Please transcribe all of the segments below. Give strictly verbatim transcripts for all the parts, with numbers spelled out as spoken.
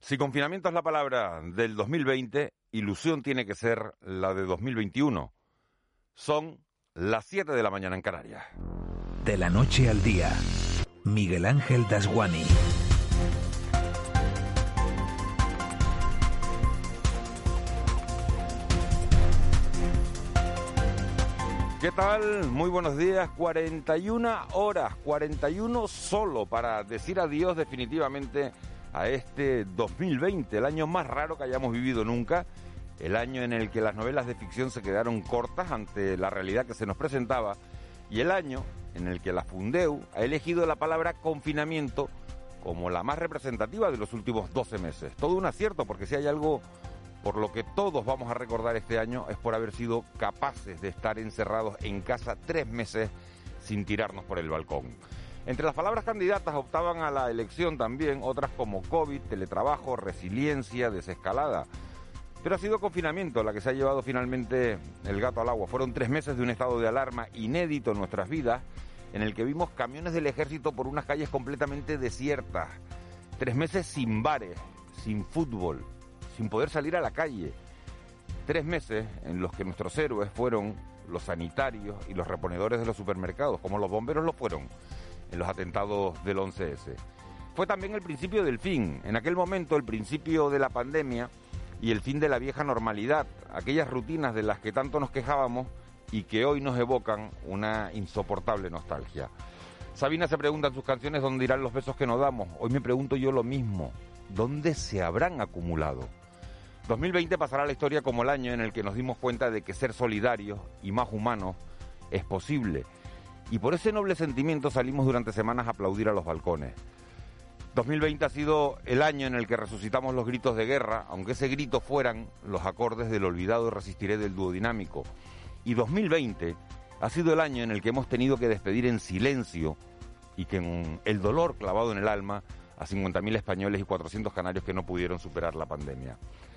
Si confinamiento es la palabra del dos mil veinte, ilusión tiene que ser la de dos mil veintiuno. Son las siete de la mañana en Canarias. De la noche al día, Miguel Ángel Dasguani. ¿Qué tal? Muy buenos días. cuarenta y una horas, cuarenta y uno solo para decir adiós definitivamente a este dos mil veinte, el año más raro que hayamos vivido nunca, el año en el que las novelas de ficción se quedaron cortas ante la realidad que se nos presentaba, y el año en el que la Fundeu ha elegido la palabra confinamiento como la más representativa de los últimos doce meses. Todo un acierto, porque si hay algo por lo que todos vamos a recordar este año es por haber sido capaces de estar encerrados en casa tres meses sin tirarnos por el balcón. Entre las palabras candidatas optaban a la elección también otras como COVID, teletrabajo, resiliencia, desescalada. Pero ha sido confinamiento la que se ha llevado finalmente el gato al agua. Fueron tres meses de un estado de alarma inédito en nuestras vidas, en el que vimos camiones del ejército por unas calles completamente desiertas. Tres meses sin bares, sin fútbol, sin poder salir a la calle. Tres meses en los que nuestros héroes fueron los sanitarios y los reponedores de los supermercados, como los bomberos lo fueron en los atentados del once ese. Fue también el principio del fin, en aquel momento el principio de la pandemia y el fin de la vieja normalidad, aquellas rutinas de las que tanto nos quejábamos y que hoy nos evocan una insoportable nostalgia. Sabina se pregunta en sus canciones dónde irán los besos que nos damos. Hoy me pregunto yo lo mismo, ¿dónde se habrán acumulado? dos mil veinte pasará a la historia como el año en el que nos dimos cuenta de que ser solidarios y más humanos es posible. Y por ese noble sentimiento salimos durante semanas a aplaudir a los balcones. dos mil veinte ha sido el año en el que resucitamos los gritos de guerra, aunque ese grito fueran los acordes del olvidado Resistiré del dúo dinámico. Y dos mil veinte ha sido el año en el que hemos tenido que despedir en silencio y con el dolor clavado en el alma a cincuenta mil españoles y cuatrocientos canarios que no pudieron superar la pandemia.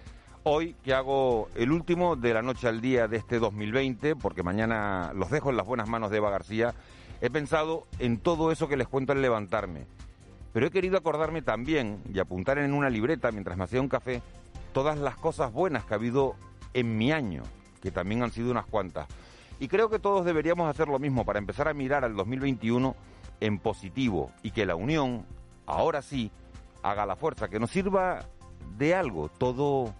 Hoy, que hago el último de la noche al día de este dos mil veinte, porque mañana los dejo en las buenas manos de Eva García, he pensado en todo eso que les cuento al levantarme. Pero he querido acordarme también y apuntar en una libreta, mientras me hacía un café, todas las cosas buenas que ha habido en mi año, que también han sido unas cuantas. Y creo que todos deberíamos hacer lo mismo para empezar a mirar al dos mil veintiuno en positivo y que la unión, ahora sí, haga la fuerza, que nos sirva de algo todo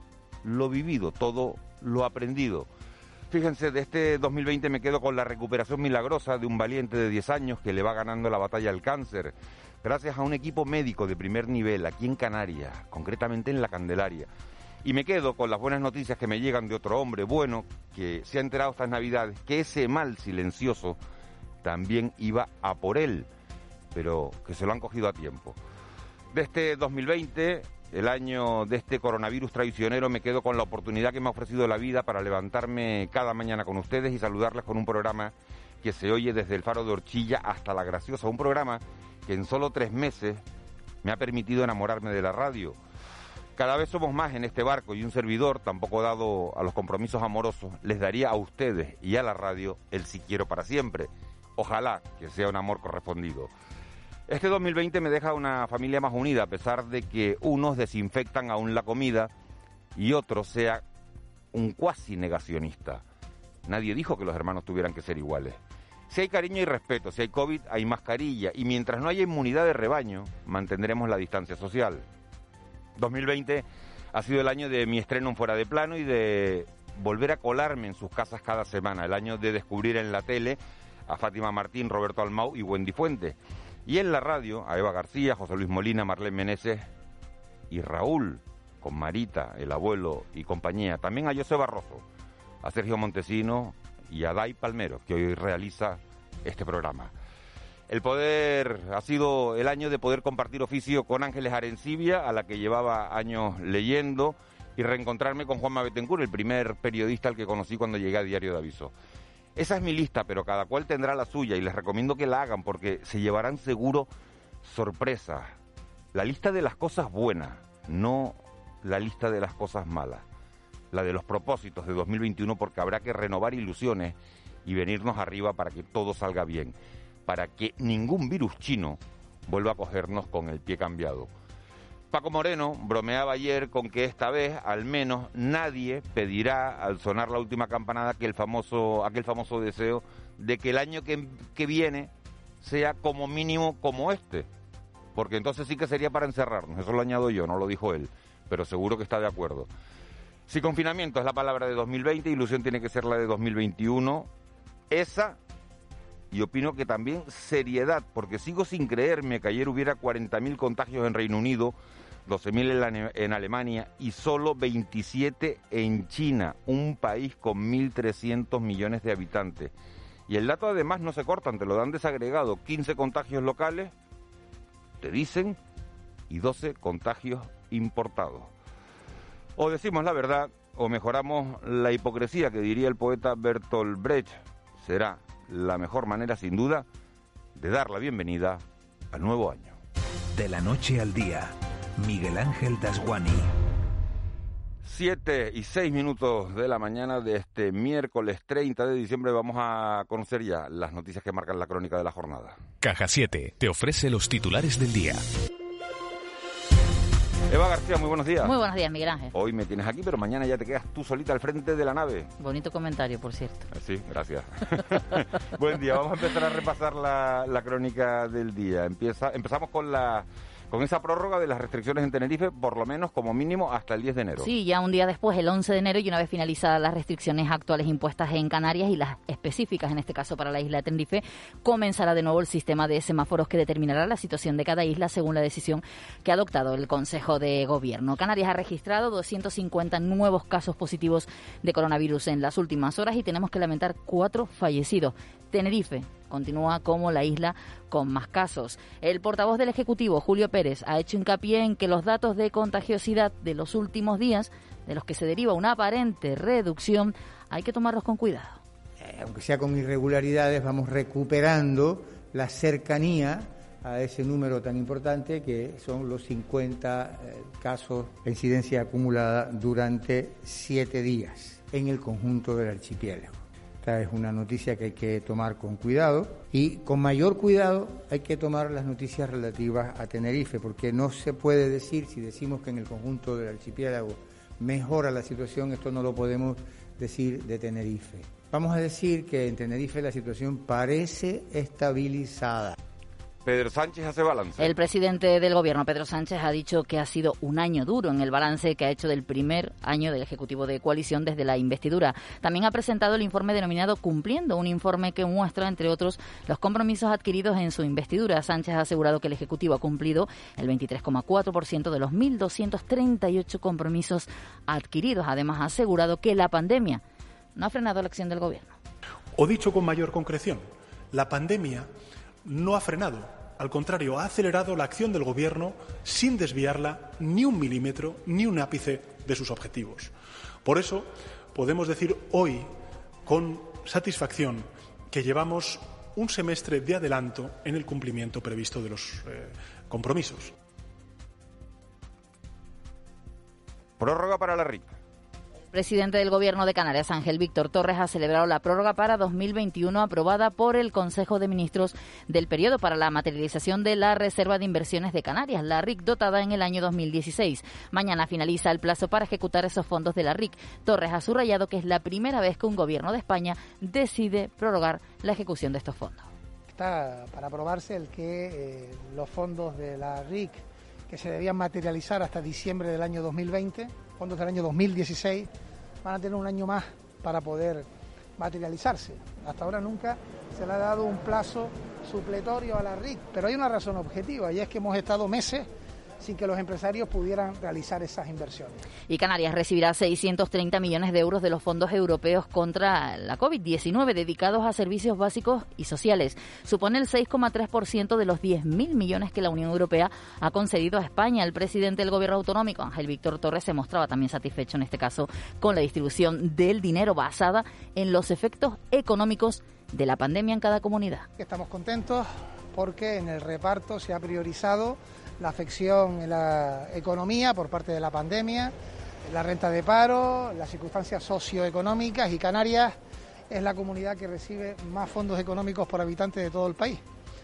lo vivido, todo lo aprendido. Fíjense, de este dos mil veinte me quedo con la recuperación milagrosa de un valiente de diez años que le va ganando la batalla al cáncer, gracias a un equipo médico de primer nivel aquí en Canarias, concretamente en La Candelaria. Y me quedo con las buenas noticias que me llegan de otro hombre bueno que se ha enterado estas Navidades que ese mal silencioso también iba a por él, pero que se lo han cogido a tiempo. De este dos mil veinte, el año de este coronavirus traicionero, me quedo con la oportunidad que me ha ofrecido la vida para levantarme cada mañana con ustedes y saludarles con un programa que se oye desde el Faro de Orchilla hasta La Graciosa, un programa que en solo tres meses me ha permitido enamorarme de la radio. Cada vez somos más en este barco y un servidor, tampoco dado a los compromisos amorosos, les daría a ustedes y a la radio el si quiero para siempre. Ojalá que sea un amor correspondido. Este dos mil veinte me deja una familia más unida, a pesar de que unos desinfectan aún la comida y otro sea un cuasi negacionista. Nadie dijo que los hermanos tuvieran que ser iguales. Si hay cariño y respeto, si hay COVID, hay mascarilla, y mientras no haya inmunidad de rebaño, mantendremos la distancia social. dos mil veinte ha sido el año de mi estreno en Fuera de Plano y de volver a colarme en sus casas cada semana, el año de descubrir en la tele a Fátima Martín, Roberto Almau y Wendy Fuentes. Y en la radio, a Eva García, José Luis Molina, Marlene Meneses y Raúl, con Marita, el abuelo y compañía. También a José Barroso, a Sergio Montesino y a Dai Palmero, que hoy realiza este programa. El poder ha sido el año de poder compartir oficio con Ángeles Arencibia, a la que llevaba años leyendo, y reencontrarme con Juanma Betancur, el primer periodista al que conocí cuando llegué a Diario de Aviso. Esa es mi lista, pero cada cual tendrá la suya y les recomiendo que la hagan porque se llevarán seguro sorpresas. La lista de las cosas buenas, no la lista de las cosas malas. La de los propósitos de dos mil veintiuno, porque habrá que renovar ilusiones y venirnos arriba para que todo salga bien, para que ningún virus chino vuelva a cogernos con el pie cambiado. Paco Moreno bromeaba ayer con que esta vez, al menos, nadie pedirá, al sonar la última campanada, que el famoso, aquel famoso deseo de que el año que, que viene sea como mínimo como este. Porque entonces sí que sería para encerrarnos. Eso lo añado yo, no lo dijo él. Pero seguro que está de acuerdo. Si confinamiento es la palabra de dos mil veinte, ilusión tiene que ser la de dos mil veintiuno. Esa, y opino que también seriedad, porque sigo sin creerme que ayer hubiera cuarenta mil contagios en Reino Unido, doce mil en, en Alemania y solo veintisiete en China, un país con mil trescientos millones de habitantes. Y el dato además no se cortan, te lo dan desagregado, quince contagios locales, te dicen, y doce contagios importados. O decimos la verdad, o mejoramos la hipocresía, que diría el poeta Bertolt Brecht. Será la mejor manera, sin duda, de dar la bienvenida al nuevo año. De la noche al día, Miguel Ángel Dasguani. Siete y seis minutos de la mañana de este miércoles treinta de diciembre vamos a conocer ya las noticias que marcan la crónica de la jornada. Caja siete te ofrece los titulares del día. Eva García, muy buenos días. Muy buenos días, Miguel Ángel. Hoy me tienes aquí, pero mañana ya te quedas tú solita al frente de la nave. Bonito comentario, por cierto. Sí, gracias. Buen día, vamos a empezar a repasar la, la crónica del día. Empieza, empezamos con la... con esa prórroga de las restricciones en Tenerife, por lo menos como mínimo hasta el diez de enero. Sí, ya un día después, el once de enero, y una vez finalizadas las restricciones actuales impuestas en Canarias y las específicas, en este caso para la isla de Tenerife, comenzará de nuevo el sistema de semáforos que determinará la situación de cada isla según la decisión que ha adoptado el Consejo de Gobierno. Canarias ha registrado doscientos cincuenta nuevos casos positivos de coronavirus en las últimas horas y tenemos que lamentar cuatro fallecidos. Tenerife continúa como la isla con más casos. El portavoz del Ejecutivo, Julio Pérez, ha hecho hincapié en que los datos de contagiosidad de los últimos días, de los que se deriva una aparente reducción, hay que tomarlos con cuidado. Eh, aunque sea con irregularidades, vamos recuperando la cercanía a ese número tan importante que son los cincuenta eh, casos de incidencia acumulada durante siete días en el conjunto del archipiélago. Esta es una noticia que hay que tomar con cuidado y con mayor cuidado hay que tomar las noticias relativas a Tenerife, porque no se puede decir, si decimos que en el conjunto del archipiélago mejora la situación, esto no lo podemos decir de Tenerife. Vamos a decir que en Tenerife la situación parece estabilizada. Pedro Sánchez hace balance. El presidente del Gobierno, Pedro Sánchez, ha dicho que ha sido un año duro en el balance que ha hecho del primer año del Ejecutivo de coalición desde la investidura. También ha presentado el informe denominado Cumpliendo, un informe que muestra, entre otros, los compromisos adquiridos en su investidura. Sánchez ha asegurado que el Ejecutivo ha cumplido el veintitrés coma cuatro por ciento de los mil doscientos treinta y ocho compromisos adquiridos. Además, ha asegurado que la pandemia no ha frenado la acción del Gobierno. O dicho con mayor concreción, la pandemia no ha frenado. Al contrario, ha acelerado la acción del Gobierno sin desviarla ni un milímetro, ni un ápice de sus objetivos. Por eso, podemos decir hoy, con satisfacción, que llevamos un semestre de adelanto en el cumplimiento previsto de los eh, compromisos. Prórroga para la R I C. El presidente del Gobierno de Canarias, Ángel Víctor Torres, ha celebrado la prórroga para dos mil veintiuno aprobada por el Consejo de Ministros del periodo para la materialización de la Reserva de Inversiones de Canarias, la R I C, dotada en el año dos mil dieciséis. Mañana finaliza el plazo para ejecutar esos fondos de la R I C. Torres ha subrayado que es la primera vez que un Gobierno de España decide prorrogar la ejecución de estos fondos. Está para aprobarse el que eh, los fondos de la R I C, que se debían materializar hasta diciembre del año dos mil veinte, fondos del año dos mil dieciséis, van a tener un año más para poder materializarse. Hasta ahora nunca se le ha dado un plazo supletorio a la R I C, pero hay una razón objetiva y es que hemos estado meses sin que los empresarios pudieran realizar esas inversiones. Y Canarias recibirá seiscientos treinta millones de euros de los fondos europeos contra la COVID diecinueve dedicados a servicios básicos y sociales. Supone el seis coma tres por ciento de los diez mil millones que la Unión Europea ha concedido a España. El presidente del Gobierno autonómico, Ángel Víctor Torres, se mostraba también satisfecho en este caso con la distribución del dinero basada en los efectos económicos de la pandemia en cada comunidad. Estamos contentos porque en el reparto se ha priorizado la afección en la economía por parte de la pandemia, la renta de paro, las circunstancias socioeconómicas, y Canarias es la comunidad que recibe más fondos económicos por habitante de todo el país.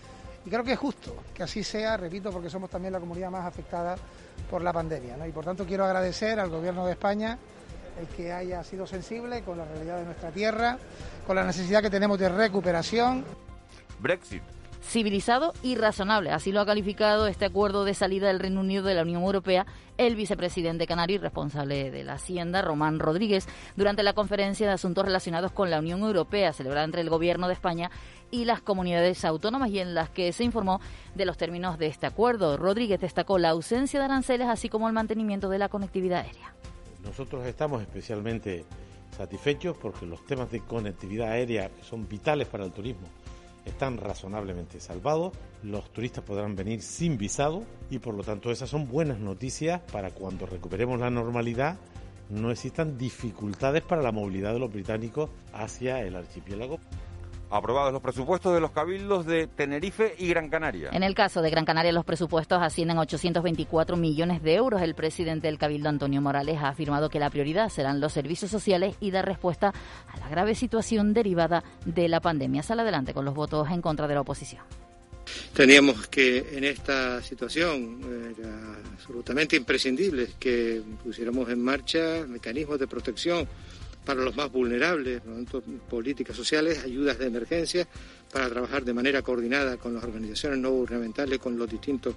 Y creo que es justo que así sea, repito, porque somos también la comunidad más afectada por la pandemia, ¿no? Y por tanto quiero agradecer al Gobierno de España el que haya sido sensible con la realidad de nuestra tierra, con la necesidad que tenemos de recuperación. Brexit. Civilizado y razonable. Así lo ha calificado este acuerdo de salida del Reino Unido de la Unión Europea el vicepresidente canario y responsable de la Hacienda, Román Rodríguez, durante la conferencia de asuntos relacionados con la Unión Europea celebrada entre el Gobierno de España y las comunidades autónomas, y en las que se informó de los términos de este acuerdo. Rodríguez destacó la ausencia de aranceles, así como el mantenimiento de la conectividad aérea. Nosotros estamos especialmente satisfechos porque los temas de conectividad aérea, que son vitales para el turismo, están razonablemente salvados. Los turistas podrán venir sin visado y por lo tanto esas son buenas noticias para cuando recuperemos la normalidad no existan dificultades para la movilidad de los británicos hacia el archipiélago. Aprobados los presupuestos de los cabildos de Tenerife y Gran Canaria. En el caso de Gran Canaria, los presupuestos ascienden a ochocientos veinticuatro millones de euros. El presidente del Cabildo, Antonio Morales, ha afirmado que la prioridad serán los servicios sociales y dar respuesta a la grave situación derivada de la pandemia. Sale adelante con los votos en contra de la oposición. Teníamos que, en esta situación, era absolutamente imprescindible que pusiéramos en marcha mecanismos de protección para los más vulnerables, políticas sociales, ayudas de emergencia, para trabajar de manera coordinada con las organizaciones no gubernamentales, con los distintos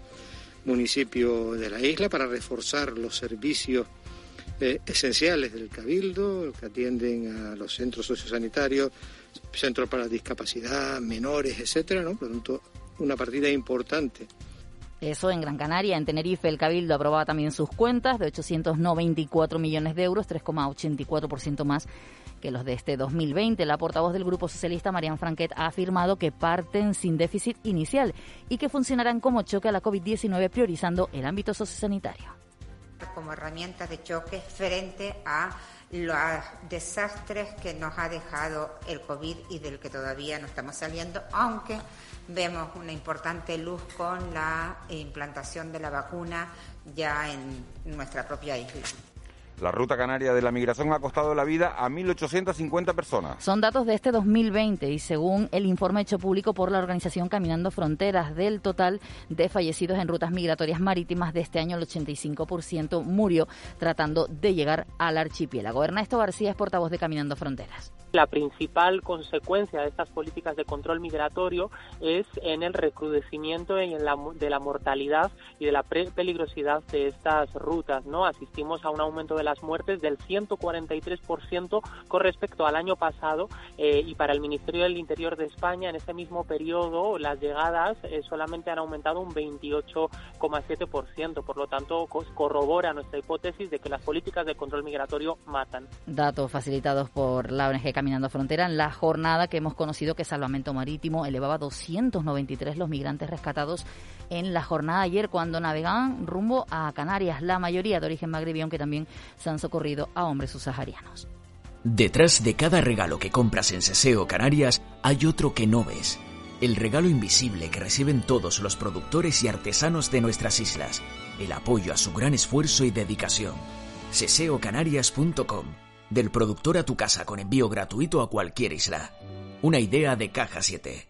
municipios de la isla, para reforzar los servicios eh, esenciales del Cabildo, que atienden a los centros sociosanitarios, centros para discapacidad, menores, etcétera, ¿no? Por lo tanto, una partida importante. Eso en Gran Canaria. En Tenerife, el Cabildo aprobaba también sus cuentas de ochocientos noventa y cuatro millones de euros, tres coma ochenta y cuatro por ciento más que los de este dos mil veinte. La portavoz del Grupo Socialista, Marian Franquet, ha afirmado que parten sin déficit inicial y que funcionarán como choque a la covid diecinueve, priorizando el ámbito sociosanitario. Como herramienta de choque frente a los desastres que nos ha dejado el COVID y del que todavía no estamos saliendo, aunque vemos una importante luz con la implantación de la vacuna ya en nuestra propia isla. La ruta canaria de la migración ha costado la vida a mil ochocientas cincuenta personas. Son datos de este dos mil veinte y según el informe hecho público por la organización Caminando Fronteras, del total de fallecidos en rutas migratorias marítimas de este año, el ochenta y cinco por ciento murió tratando de llegar al archipiélago. Ernesto García es portavoz de Caminando Fronteras. La principal consecuencia de estas políticas de control migratorio es en el recrudecimiento y en la, de la mortalidad y de la pre- peligrosidad de estas rutas, ¿no? Asistimos a un aumento de las muertes del ciento cuarenta y tres por ciento con respecto al año pasado eh, y para el Ministerio del Interior de España en ese mismo periodo las llegadas eh, solamente han aumentado un veintiocho coma siete por ciento. Por lo tanto, corrobora nuestra hipótesis de que las políticas de control migratorio matan. Datos facilitados por la O N G Caminando Frontera en la jornada que hemos conocido que Salvamento Marítimo elevaba a doscientos noventa y tres los migrantes rescatados en la jornada ayer cuando navegaban rumbo a Canarias, la mayoría de origen magrebí, aunque también se han socorrido a hombres subsaharianos. Detrás de cada regalo que compras en Seseo Canarias hay otro que no ves. El regalo invisible que reciben todos los productores y artesanos de nuestras islas. El apoyo a su gran esfuerzo y dedicación. seseo canarias punto com. Del productor a tu casa con envío gratuito a cualquier isla. Una idea de Caja siete.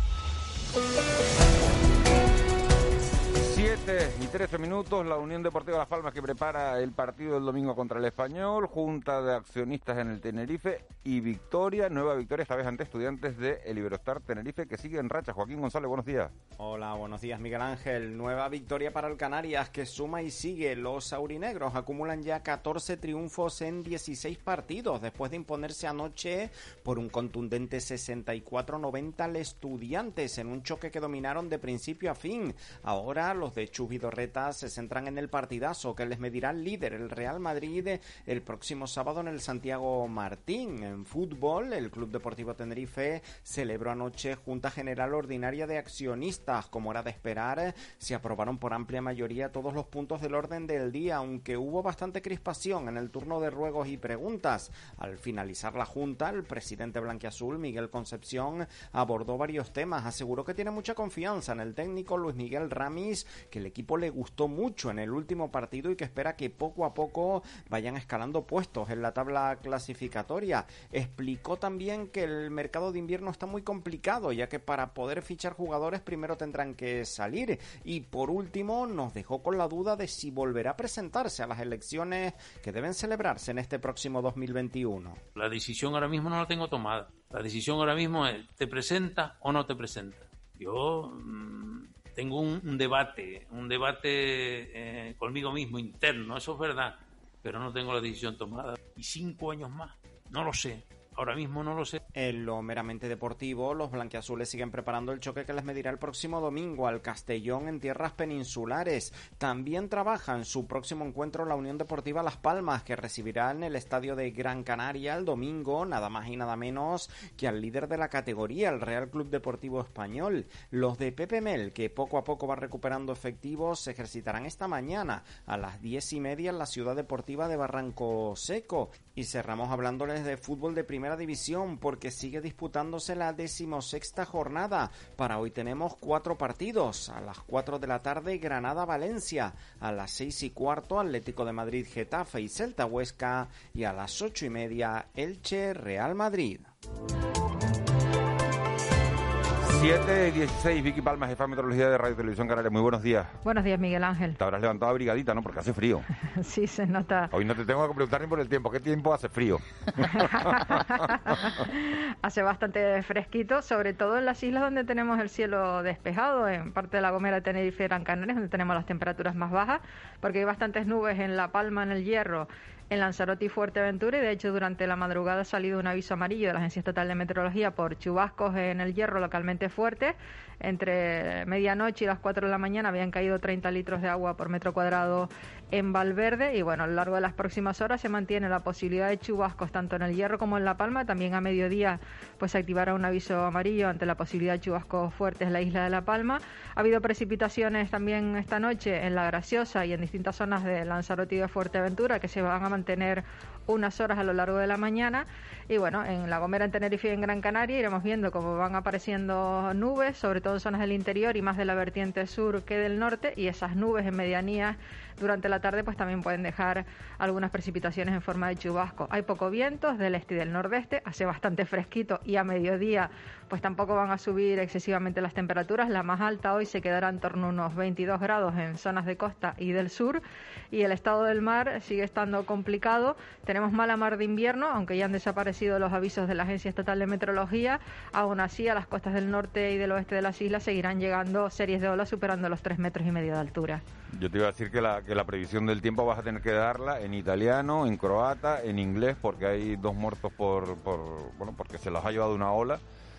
siete y trece minutos, la Unión Deportiva Las Palmas que prepara el partido del domingo contra el Español, Junta de Accionistas en el Tenerife y victoria, nueva victoria esta vez ante Estudiantes de el Iberostar Tenerife que sigue en racha. Joaquín González, buenos días. Hola, buenos días Miguel Ángel. Nueva victoria para el Canarias que suma y sigue. Los aurinegros acumulan ya catorce triunfos en dieciséis partidos después de imponerse anoche por un contundente sesenta y cuatro noventa al Estudiantes en un choque que dominaron de principio a fin. Ahora los de Chus Vidorreta se centran en el partidazo que les medirá el líder, el Real Madrid, el próximo sábado en el Santiago Martín. En fútbol, el Club Deportivo Tenerife celebró anoche Junta General Ordinaria de Accionistas. Como era de esperar, se aprobaron por amplia mayoría todos los puntos del orden del día, aunque hubo bastante crispación en el turno de ruegos y preguntas. Al finalizar la Junta, el presidente blanquiazul, Miguel Concepción, abordó varios temas. Aseguró que tiene mucha confianza en el técnico Luis Miguel Ramis, que que el equipo le gustó mucho en el último partido y que espera que poco a poco vayan escalando puestos en la tabla clasificatoria. Explicó también que el mercado de invierno está muy complicado, ya que para poder fichar jugadores primero tendrán que salir. Y por último nos dejó con la duda de si volverá a presentarse a las elecciones que deben celebrarse en este próximo dos mil veintiuno. La decisión ahora mismo no la tengo tomada. La decisión ahora mismo es, ¿te presentas o no te presentas? Yo mmm, tengo un, un debate, un debate eh, conmigo mismo, interno, eso es verdad, pero no tengo la decisión tomada. ¿Y cinco años más? No lo sé. Ahora mismo no lo sé. En lo meramente deportivo, los blanquiazules siguen preparando el choque que les medirá el próximo domingo al Castellón en tierras peninsulares. También trabaja en su próximo encuentro la Unión Deportiva Las Palmas, que recibirá en el estadio de Gran Canaria el domingo, nada más y nada menos que al líder de la categoría, el Real Club Deportivo Español. Los de Pepe Mel, que poco a poco va recuperando efectivos, se ejercitarán esta mañana a las diez y media en la Ciudad Deportiva de Barranco Seco. Y cerramos hablándoles de fútbol de primera división, porque sigue disputándose la decimosexta jornada. Para hoy tenemos cuatro partidos. A las cuatro de la tarde, Granada-Valencia. A las seis y cuarto, Atlético de Madrid-Getafe y Celta-Huesca. Y a las ocho y media, Elche-Real Madrid. siete y dieciséis, Vicky Palma, jefa de meteorología de Radio Televisión Canaria. Muy buenos días. Buenos días, Miguel Ángel. Te habrás levantado abrigadita, ¿no? Porque hace frío. Sí, se nota. Hoy no te tengo que preguntar ni por el tiempo. ¿Qué tiempo hace frío? Hace bastante fresquito, sobre todo en las islas donde tenemos el cielo despejado, en parte de La Gomera, Tenerife y Gran Canaria, donde tenemos las temperaturas más bajas, porque hay bastantes nubes en La Palma, en El Hierro, en Lanzarote y Fuerteventura, y de hecho durante la madrugada ha salido un aviso amarillo de la Agencia Estatal de Meteorología por chubascos en El Hierro localmente fuertes. Entre medianoche y las cuatro de la mañana habían caído treinta litros de agua por metro cuadrado en Valverde, y bueno, a lo largo de las próximas horas se mantiene la posibilidad de chubascos tanto en El Hierro como en La Palma. También a mediodía pues se activará un aviso amarillo ante la posibilidad de chubascos fuertes en la isla de La Palma. Ha habido precipitaciones también esta noche en La Graciosa y en distintas zonas de Lanzarote y de Fuerteventura, que se van a mantener unas horas a lo largo de la mañana. Y bueno, en La Gomera, en Tenerife y en Gran Canaria iremos viendo cómo van apareciendo nubes, sobre todo en zonas del interior y más de la vertiente sur que del norte, y esas nubes en medianías durante la tarde pues también pueden dejar algunas precipitaciones en forma de chubasco. Hay poco viento, es del este y del nordeste, hace bastante fresquito, y a mediodía pues tampoco van a subir excesivamente las temperaturas. La más alta hoy se quedará en torno a unos veintidós grados en zonas de costa y del sur, y el estado del mar sigue estando complicado. Tenemos mala mar de invierno, aunque ya han desaparecido los avisos de la Agencia Estatal de Meteorología. Aún así, a las costas del norte y del oeste de las islas seguirán llegando series de olas superando los tres metros y medio de altura. Yo te iba a decir que la, que la previsión del tiempo vas a tener que darla en italiano, en croata, en inglés, porque hay dos muertos por, por bueno, porque se los ha llevado una ola,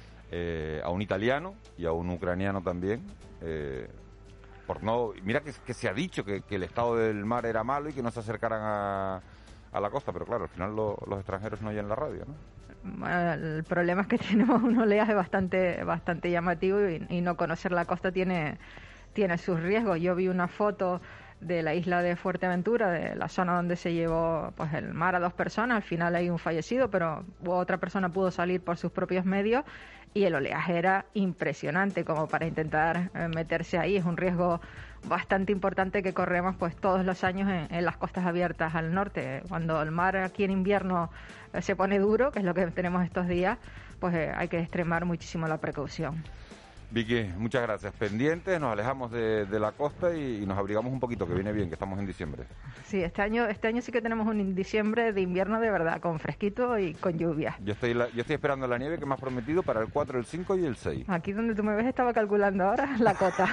eh, a un italiano y a un ucraniano también. Eh, por no, mira que, que se ha dicho que, que el estado del mar era malo y que no se acercaran a, a la costa, pero claro, al final lo, los extranjeros no oyen la radio, ¿no? Bueno, el problema es que tenemos un oleaje bastante, bastante llamativo, y, y no conocer la costa tiene, tiene sus riesgos. Yo vi una foto de la isla de Fuerteventura, de la zona donde se llevó pues el mar a dos personas. Al final hay un fallecido, pero otra persona pudo salir por sus propios medios, y el oleaje era impresionante como para intentar eh, meterse ahí. Es un riesgo bastante importante que corremos pues todos los años en, en las costas abiertas al norte. Cuando el mar aquí en invierno eh, se pone duro, que es lo que tenemos estos días, pues eh, hay que extremar muchísimo la precaución. Vicky, muchas gracias. Pendientes, nos alejamos de, de la costa y, y nos abrigamos un poquito, que viene bien, que estamos en diciembre. Sí, este año este año sí que tenemos un diciembre de invierno de verdad, con fresquito y con lluvia. Yo estoy la, yo estoy esperando la nieve que me has prometido para el cuatro, el cinco y el seis. Aquí donde tú me ves estaba calculando ahora la cota.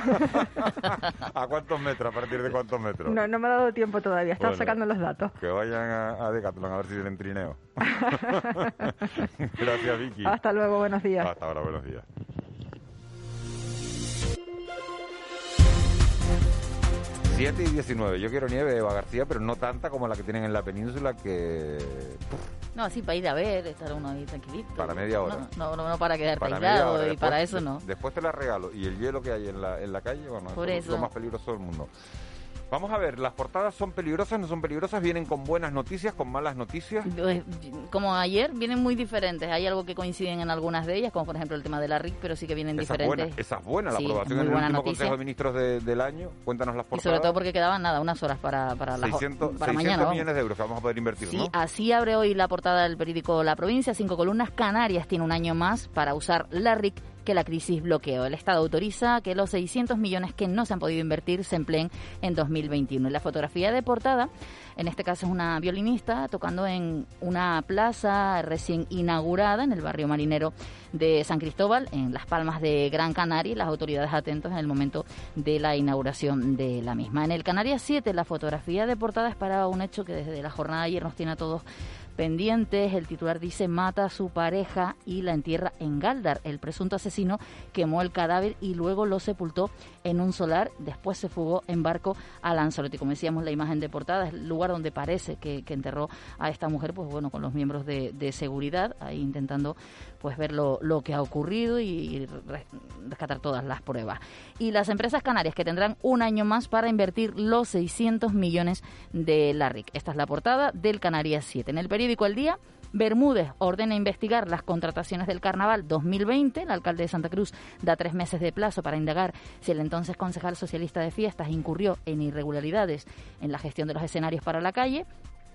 ¿A cuántos metros? ¿A partir de cuántos metros? No, no me ha dado tiempo todavía, estaba bueno, sacando los datos. Que vayan a, a Decathlon a ver si tienen trineo. Gracias, Vicky. Hasta luego, buenos días. Hasta ahora, buenos días. siete y diecinueve. Yo quiero nieve, Eva García, pero no tanta como la que tienen en la península, que... No, sí, para ir a ver, estar uno ahí tranquilito. Para media hora. No, no, no para quedarte para aislado, hora, y después, para eso no. Después te la regalo. Y el hielo que hay en la, en la calle, bueno, Por es eso. lo más peligroso del mundo. Vamos a ver, ¿las portadas son peligrosas, no son peligrosas? ¿Vienen con buenas noticias, con malas noticias? Como ayer, vienen muy diferentes. Hay algo que coinciden en algunas de ellas, como por ejemplo el tema de la R I C, pero sí que vienen esa diferentes. Buena, esa es buena, la sí, aprobación en el último noticia. Consejo de Ministros de, del año. Cuéntanos las portadas. Y sobre todo porque quedaban nada, unas horas para, para, la, seiscientos, para seiscientos mañana. millones de euros que vamos a poder invertir, sí, ¿no? Así abre hoy la portada del periódico La Provincia, cinco columnas. Canarias tiene un año más para usar la R I C que la crisis bloqueó. El Estado autoriza que los seiscientos millones que no se han podido invertir se empleen en dos mil veintiuno. Y la fotografía de portada, en este caso es una violinista tocando en una plaza recién inaugurada en el barrio marinero de San Cristóbal, en Las Palmas de Gran Canaria, y las autoridades atentos en el momento de la inauguración de la misma. En el Canarias siete, la fotografía de portada es para un hecho que desde la jornada de ayer nos tiene a todos pendientes. El titular dice: mata a su pareja y la entierra en Galdar. El presunto asesino quemó el cadáver y luego lo sepultó en un solar. Después se fugó en barco a Lanzarote. Como decíamos, la imagen de portada es el lugar donde parece que, que enterró a esta mujer, pues bueno, con los miembros de, de seguridad, ahí intentando pues ver lo, lo que ha ocurrido y, y rescatar todas las pruebas. Y las empresas canarias que tendrán un año más para invertir los seiscientos millones de la R I C. Esta es la portada del Canarias siete. En el periódico El Día, Bermúdez ordena investigar las contrataciones del Carnaval dos mil veinte. El alcalde de Santa Cruz da tres meses de plazo para indagar si el entonces concejal socialista de fiestas incurrió en irregularidades en la gestión de los escenarios para la calle.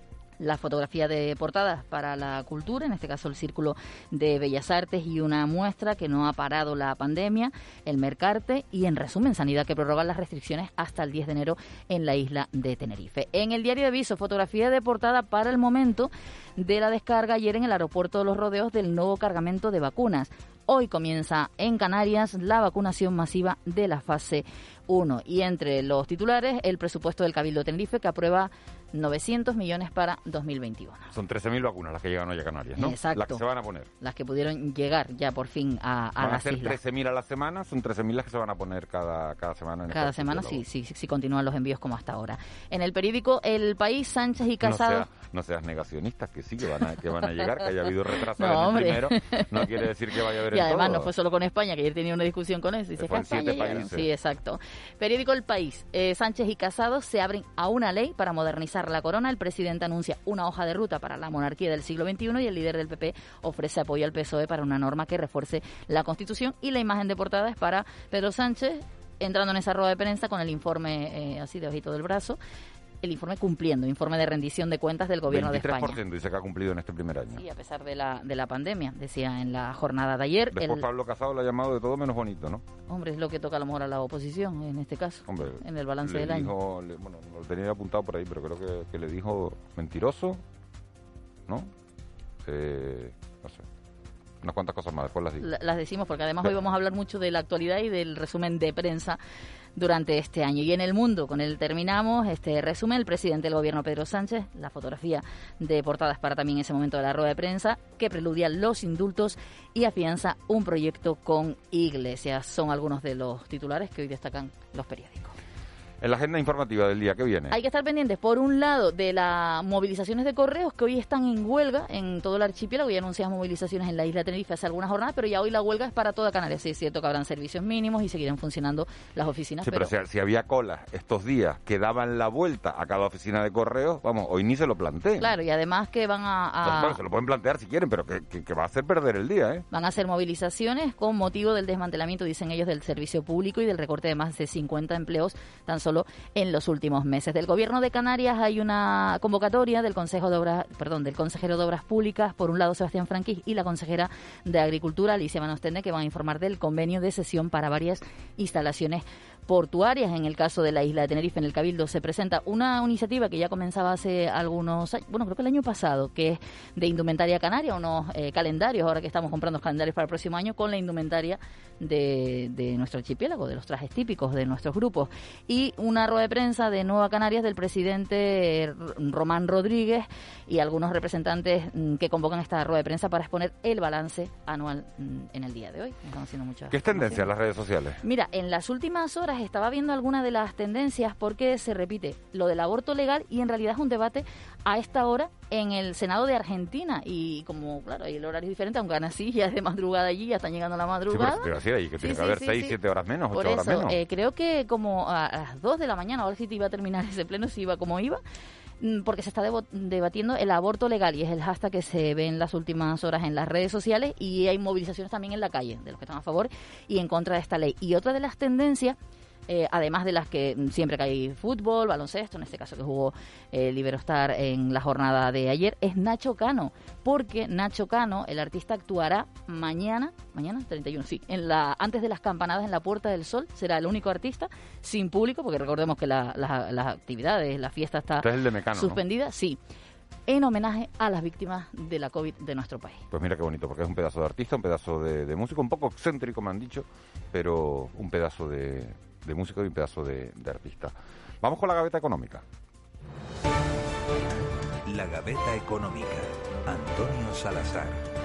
La fotografía de portadas para la cultura, en este caso el Círculo de Bellas Artes y una muestra que no ha parado la pandemia, el Mercarte y, en resumen, Sanidad, que prorroga las restricciones hasta el diez de enero en la isla de Tenerife. En el diario de Aviso, fotografía de portada para el momento de la descarga ayer en el aeropuerto de Los Rodeos del nuevo cargamento de vacunas. Hoy comienza en Canarias la vacunación masiva de la fase uno. Y entre los titulares, el presupuesto del Cabildo de Tenerife, que aprueba novecientos millones para dos mil veintiuno. Son trece mil vacunas las que llegan hoy a Canarias, ¿no? Exacto. Las que se van a poner. Las que pudieron llegar ya por fin a, a van las a ser islas. trece mil a la semana, son trece mil las que se van a poner cada, cada semana. En cada semana, sí, sí, sí, sí, continúan los envíos como hasta ahora. En el periódico El País, Sánchez y Casado... No, sea, no seas negacionistas, que sí, que van a, que van a llegar, que haya habido retraso no, en el hombre. primero, no quiere decir que vaya a haber Y en además todo. no fue solo con España, que ayer tenía una discusión con eso. Dice fue que en siete España países. Sí, exacto. Periódico El País, eh, Sánchez y Casado se abren a una ley para modernizar la corona. El presidente anuncia una hoja de ruta para la monarquía del siglo veintiuno y el líder del P P ofrece apoyo al P S O E para una norma que refuerce la Constitución. Y la imagen de portada es para Pedro Sánchez entrando en esa rueda de prensa con el informe eh, así de ojito del brazo. El informe cumpliendo, informe de rendición de cuentas del Gobierno de España. veintitrés por ciento dice que ha cumplido en este primer año. Sí, a pesar de la, de la pandemia, decía en la jornada de ayer. Después el... Pablo Casado lo ha llamado de todo menos bonito, ¿no? Hombre, es lo que toca a lo mejor a la oposición en este caso, Hombre, en el balance le del dijo, año. Le, bueno, lo tenía apuntado por ahí, pero creo que, que le dijo mentiroso, ¿no? Eh, no sé. Unas cuantas cosas más, después las digo. Las decimos porque además Pero... hoy vamos a hablar mucho de la actualidad y del resumen de prensa durante este año. Y en el mundo, con él terminamos este resumen, el presidente del Gobierno, Pedro Sánchez, la fotografía de portadas para también ese momento de la rueda de prensa, que preludia los indultos y afianza un proyecto con Iglesias. Son algunos de los titulares que hoy destacan los periódicos. En la agenda informativa del día, ¿qué viene? Hay que estar pendientes, por un lado, de las movilizaciones de correos que hoy están en huelga en todo el archipiélago. Ya anunciamos movilizaciones en la isla de Tenerife hace algunas jornadas, pero ya hoy la huelga es para toda Canarias. Sí, es cierto que habrán servicios mínimos y seguirán funcionando las oficinas. Sí, pero, pero si, si había colas estos días que daban la vuelta a cada oficina de correos, vamos, hoy ni se lo planteen. Claro, y además que van a... a... Pues, bueno, se lo pueden plantear si quieren, pero que, que, que va a hacer perder el día, ¿eh? Van a hacer movilizaciones con motivo del desmantelamiento, dicen ellos, del servicio público y del recorte de más de cincuenta empleos tan solo en los últimos meses. Del Gobierno de Canarias hay una convocatoria del Consejo de Obras, perdón, del consejero de Obras Públicas, por un lado Sebastián Franquís, y la consejera de Agricultura, Alicia Manostende, que van a informar del convenio de cesión para varias instalaciones portuarias. En el caso de la isla de Tenerife, en el Cabildo, se presenta una iniciativa que ya comenzaba hace algunos años, bueno, creo que el año pasado, que es de indumentaria canaria, unos eh, calendarios, ahora que estamos comprando los calendarios para el próximo año, con la indumentaria de, de nuestro archipiélago, de los trajes típicos de nuestros grupos. Y una rueda de prensa de Nueva Canarias del presidente Román Rodríguez y algunos representantes que convocan esta rueda de prensa para exponer el balance anual en el día de hoy. Estamos haciendo muchas ¿Qué es tendencia en las redes sociales? Mira, en las últimas horas noticias estaba viendo algunas de las tendencias porque se repite lo del aborto legal y en realidad es un debate a esta hora en el Senado de Argentina y como, claro, hay el horario diferente, aunque aún así ya es de madrugada allí, ya están llegando la madrugada. Sí, pero, pero sí, que tiene sí, que haber sí, seis, sí. siete horas menos, Por ocho horas eso, menos. Eh, creo que como a las dos de la mañana, ahora sí te iba a terminar ese pleno, si iba como iba, porque se está debatiendo el aborto legal y es el hashtag que se ve en las últimas horas en las redes sociales y hay movilizaciones también en la calle de los que están a favor y en contra de esta ley. Y otra de las tendencias, eh, además de las que siempre que hay fútbol, baloncesto, en este caso que jugó eh, Liberostar en la jornada de ayer, es Nacho Cano, porque Nacho Cano, el artista, actuará mañana, mañana treinta y uno, sí, en la antes de las campanadas en la Puerta del Sol, será el único artista sin público, porque recordemos que la, la, las actividades, la fiesta está Este es el de Mecano, suspendida, ¿no? Sí, en homenaje a las víctimas de la COVID de nuestro país. Pues mira qué bonito, porque es un pedazo de artista, un pedazo de, de músico, un poco excéntrico me han dicho, pero un pedazo de, de músico y un pedazo de, de artista. Vamos con la gaveta económica. La gaveta económica. Antonio Salazar.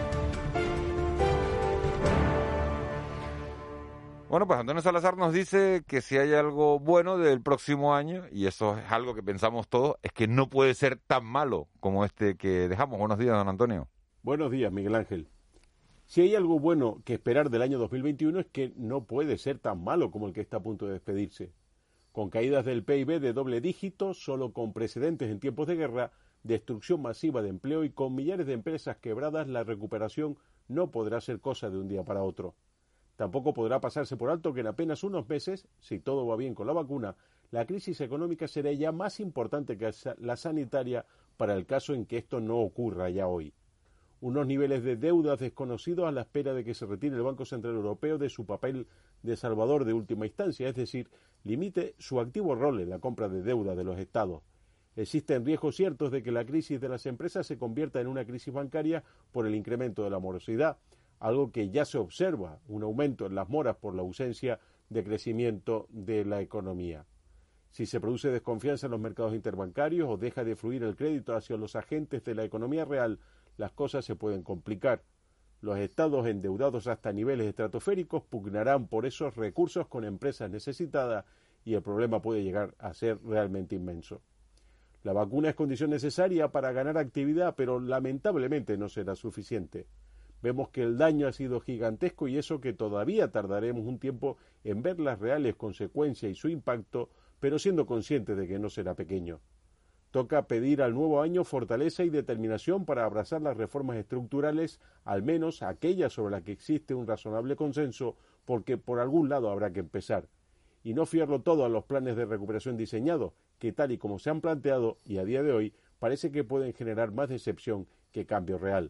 Bueno, pues Antonio Salazar nos dice que si hay algo bueno del próximo año, y eso es algo que pensamos todos, es que no puede ser tan malo como este que dejamos. Buenos días, don Antonio. Buenos días, Miguel Ángel. Si hay algo bueno que esperar del año dos mil veintiuno es que no puede ser tan malo como el que está a punto de despedirse. Con caídas del P I B de doble dígito, solo con precedentes en tiempos de guerra, destrucción masiva de empleo y con millares de empresas quebradas, la recuperación no podrá ser cosa de un día para otro. Tampoco podrá pasarse por alto que en apenas unos meses, si todo va bien con la vacuna, la crisis económica será ya más importante que la sanitaria para el caso en que esto no ocurra ya hoy. Unos niveles de deudas desconocidos a la espera de que se retire el Banco Central Europeo de su papel de salvador de última instancia, es decir, limite su activo rol en la compra de deuda de los estados. Existen riesgos ciertos de que la crisis de las empresas se convierta en una crisis bancaria por el incremento de la morosidad, algo que ya se observa, un aumento en las moras por la ausencia de crecimiento de la economía. Si se produce desconfianza en los mercados interbancarios o deja de fluir el crédito hacia los agentes de la economía real, las cosas se pueden complicar. Los estados endeudados hasta niveles estratosféricos pugnarán por esos recursos con empresas necesitadas y el problema puede llegar a ser realmente inmenso. La vacuna es condición necesaria para ganar actividad, pero lamentablemente no será suficiente. Vemos que el daño ha sido gigantesco y eso que todavía tardaremos un tiempo en ver las reales consecuencias y su impacto, pero siendo conscientes de que no será pequeño. Toca pedir al nuevo año fortaleza y determinación para abrazar las reformas estructurales, al menos aquellas sobre las que existe un razonable consenso, porque por algún lado habrá que empezar. Y no fiarlo todo a los planes de recuperación diseñados, que tal y como se han planteado, y a día de hoy, parece que pueden generar más decepción que cambio real.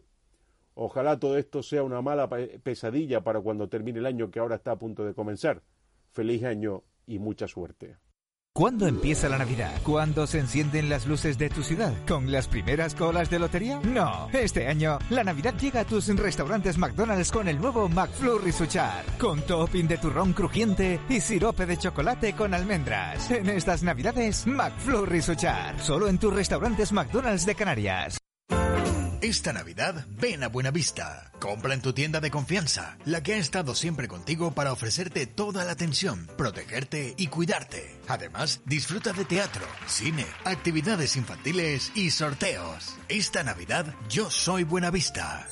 Ojalá todo esto sea una mala pesadilla para cuando termine el año que ahora está a punto de comenzar. Feliz año y mucha suerte. ¿Cuándo empieza la Navidad? ¿Cuándo se encienden las luces de tu ciudad? ¿Con las primeras colas de lotería? No, este año la Navidad llega a tus restaurantes McDonald's con el nuevo McFlurry Suchar, con topping de turrón crujiente y sirope de chocolate con almendras. En estas Navidades, McFlurry Suchar, solo en tus restaurantes McDonald's de Canarias. Esta Navidad, ven a Buenavista. Compra en tu tienda de confianza, la que ha estado siempre contigo para ofrecerte toda la atención, protegerte y cuidarte. Además, disfruta de teatro, cine, actividades infantiles y sorteos. Esta Navidad, yo soy Buenavista.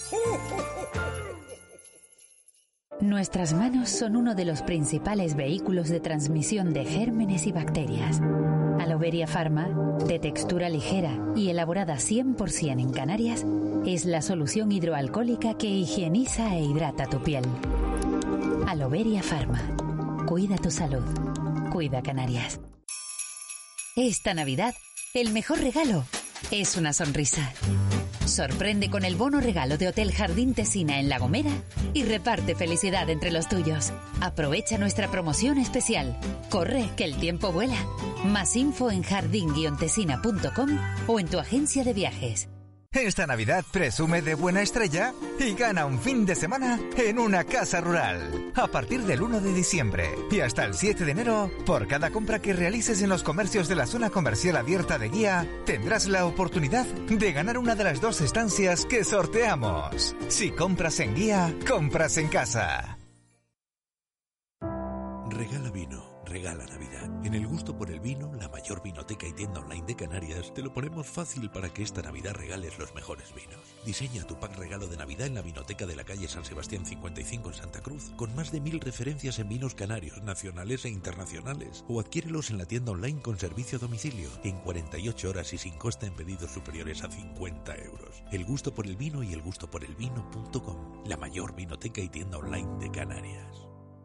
Nuestras manos son uno de los principales vehículos de transmisión de gérmenes y bacterias. Aloveria Pharma, de textura ligera y elaborada cien por ciento en Canarias, es la solución hidroalcohólica que higieniza e hidrata tu piel. Aloveria Pharma. Cuida tu salud. Cuida Canarias. Esta Navidad, el mejor regalo es una sonrisa. Sorprende con el bono regalo de Hotel Jardín Tesina en La Gomera y reparte felicidad entre los tuyos. Aprovecha nuestra promoción especial. Corre, que el tiempo vuela. Más info en jardín guion tesina punto com o en tu agencia de viajes. Esta Navidad presume de buena estrella y gana un fin de semana en una casa rural. A partir del uno de diciembre y hasta el siete de enero, por cada compra que realices en los comercios de la zona comercial abierta de Guía, tendrás la oportunidad de ganar una de las dos estancias que sorteamos. Si compras en Guía, compras en casa. Regala vino, regala Navidad. En El Gusto por el Vino, la mayor vinoteca y tienda online de Canarias, te lo ponemos fácil para que esta Navidad regales los mejores vinos. Diseña tu pack regalo de Navidad en la vinoteca de la calle San Sebastián cincuenta y cinco en Santa Cruz, con más de mil referencias en vinos canarios, nacionales e internacionales. O adquiérelos en la tienda online con servicio a domicilio, en cuarenta y ocho horas y sin coste en pedidos superiores a cincuenta euros. El Gusto por el Vino y elgustoporelvino punto com, la mayor vinoteca y tienda online de Canarias.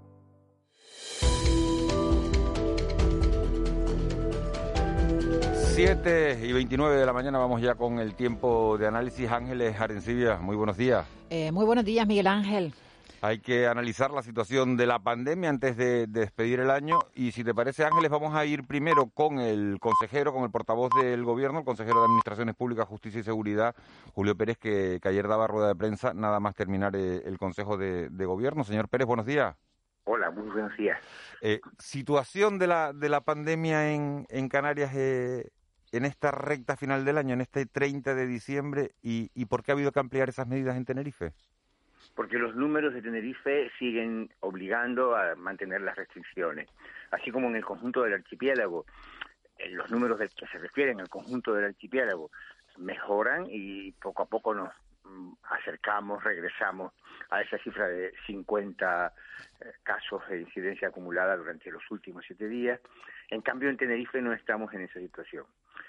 siete y veintinueve de la mañana, vamos ya con el tiempo de análisis. Ángeles Arencibia, muy buenos días. Eh, muy buenos días, Miguel Ángel. Hay que analizar la situación de la pandemia antes de, de despedir el año. Y si te parece, Ángeles, vamos a ir primero con el consejero, con el portavoz del Gobierno, el consejero de Administraciones Públicas, Justicia y Seguridad, Julio Pérez, que, que ayer daba rueda de prensa nada más terminar eh, el Consejo de, de Gobierno. Señor Pérez, buenos días. Hola, muy buenos días. Eh, situación de la, de la pandemia en, en Canarias eh, en esta recta final del año, en este treinta de diciembre, y, y ¿por qué ha habido que ampliar esas medidas en Tenerife? Porque los números de Tenerife siguen obligando a mantener las restricciones, así como en el conjunto del archipiélago. Eh, los números de que se refieren al conjunto del archipiélago mejoran y poco a poco nos mm, acercamos, regresamos a esa cifra de cincuenta eh, casos de incidencia acumulada durante los últimos siete días. En cambio, en Tenerife no estamos en esa situación.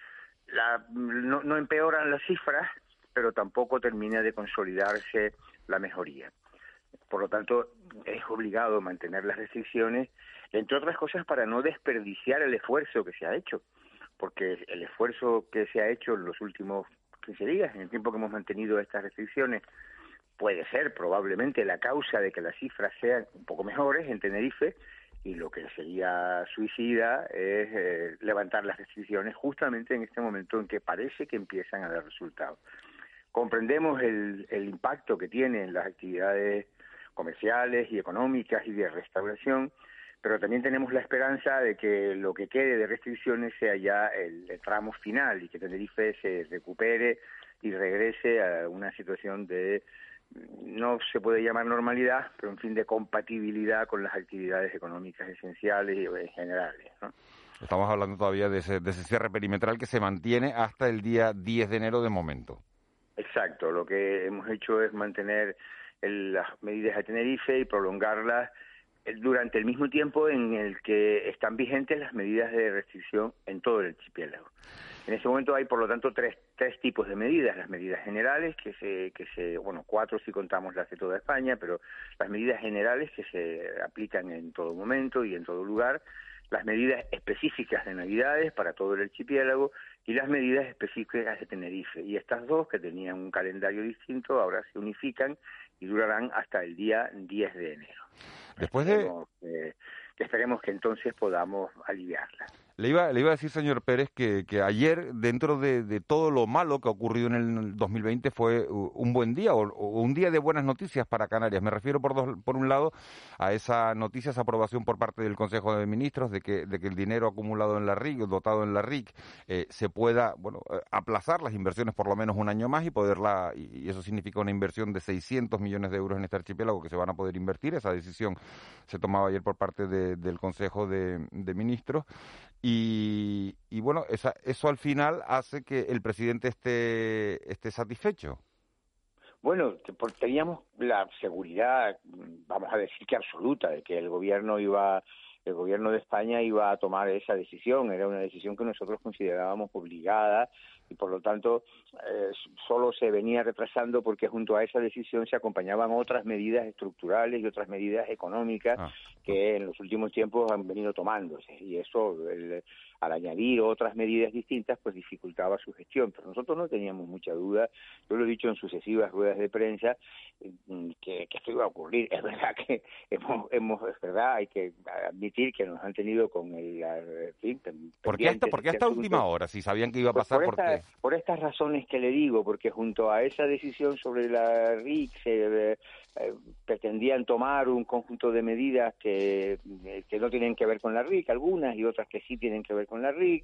La, no, no empeoran las cifras, pero tampoco termina de consolidarse la mejoría. Por lo tanto, es obligado mantener las restricciones, entre otras cosas para no desperdiciar el esfuerzo que se ha hecho, porque el esfuerzo que se ha hecho en los últimos quince días, en el tiempo que hemos mantenido estas restricciones, puede ser probablemente la causa de que las cifras sean un poco mejores en Tenerife, y lo que sería suicida es eh, levantar las restricciones justamente en este momento en que parece que empiezan a dar resultados. Comprendemos el, el impacto que tienen las actividades comerciales y económicas y de restauración, pero también tenemos la esperanza de que lo que quede de restricciones sea ya el, el tramo final y que Tenerife se recupere y regrese a una situación de, no se puede llamar normalidad, pero en fin, de compatibilidad con las actividades económicas esenciales y en generales, ¿no? Estamos hablando todavía de ese, de ese cierre perimetral que se mantiene hasta el día diez de enero de momento. Exacto, lo que hemos hecho es mantener el, las medidas a Tenerife y prolongarlas durante el mismo tiempo en el que están vigentes las medidas de restricción en todo el archipiélago. En este momento hay, por lo tanto, tres, tres tipos de medidas. Las medidas generales, que se, que se, bueno, cuatro si contamos las de toda España, pero las medidas generales que se aplican en todo momento y en todo lugar, las medidas específicas de Navidades para todo el archipiélago y las medidas específicas de Tenerife. Y estas dos, que tenían un calendario distinto, ahora se unifican y durarán hasta el día diez de enero. Después de... Esperemos, eh, que esperemos que entonces podamos aliviarlas. Le iba, le iba a decir, señor Pérez, que, que ayer, dentro de, de todo lo malo que ha ocurrido en el dos mil veinte, fue un buen día, o, o un día de buenas noticias para Canarias. Me refiero, por dos, por un lado, a esa noticia, esa aprobación por parte del Consejo de Ministros de que, de que el dinero acumulado en la R I C, dotado en la R I C, eh, se pueda, bueno, aplazar las inversiones por lo menos un año más y poderla, y eso significa una inversión de seiscientos millones de euros en este archipiélago que se van a poder invertir. Esa decisión se tomaba ayer por parte de, del Consejo de, de Ministros. Y, y bueno, esa, eso al final hace que el presidente esté, esté satisfecho. Bueno, teníamos la seguridad, vamos a decir que absoluta, de que el gobierno iba, el gobierno de España iba a tomar esa decisión. Era una decisión que nosotros considerábamos obligada y por lo tanto eh, solo se venía retrasando porque junto a esa decisión se acompañaban otras medidas estructurales y otras medidas económicas ah. que en los últimos tiempos han venido tomándose, y eso el, al añadir otras medidas distintas pues dificultaba su gestión, pero nosotros no teníamos mucha duda. Yo lo he dicho en sucesivas ruedas de prensa que, que esto iba a ocurrir. Es verdad que hemos, hemos es verdad, hay que admitir que nos han tenido con el en fin, ¿Por qué hasta, ¿por qué hasta última hora? Si sabían que iba a pasar, pues por, esta, por estas razones que le digo, porque junto a esa decisión sobre la R I C se eh, eh, pretendían tomar un conjunto de medidas que, eh, que no tienen que ver con la R I C, algunas, y otras que sí tienen que ver con la R I C.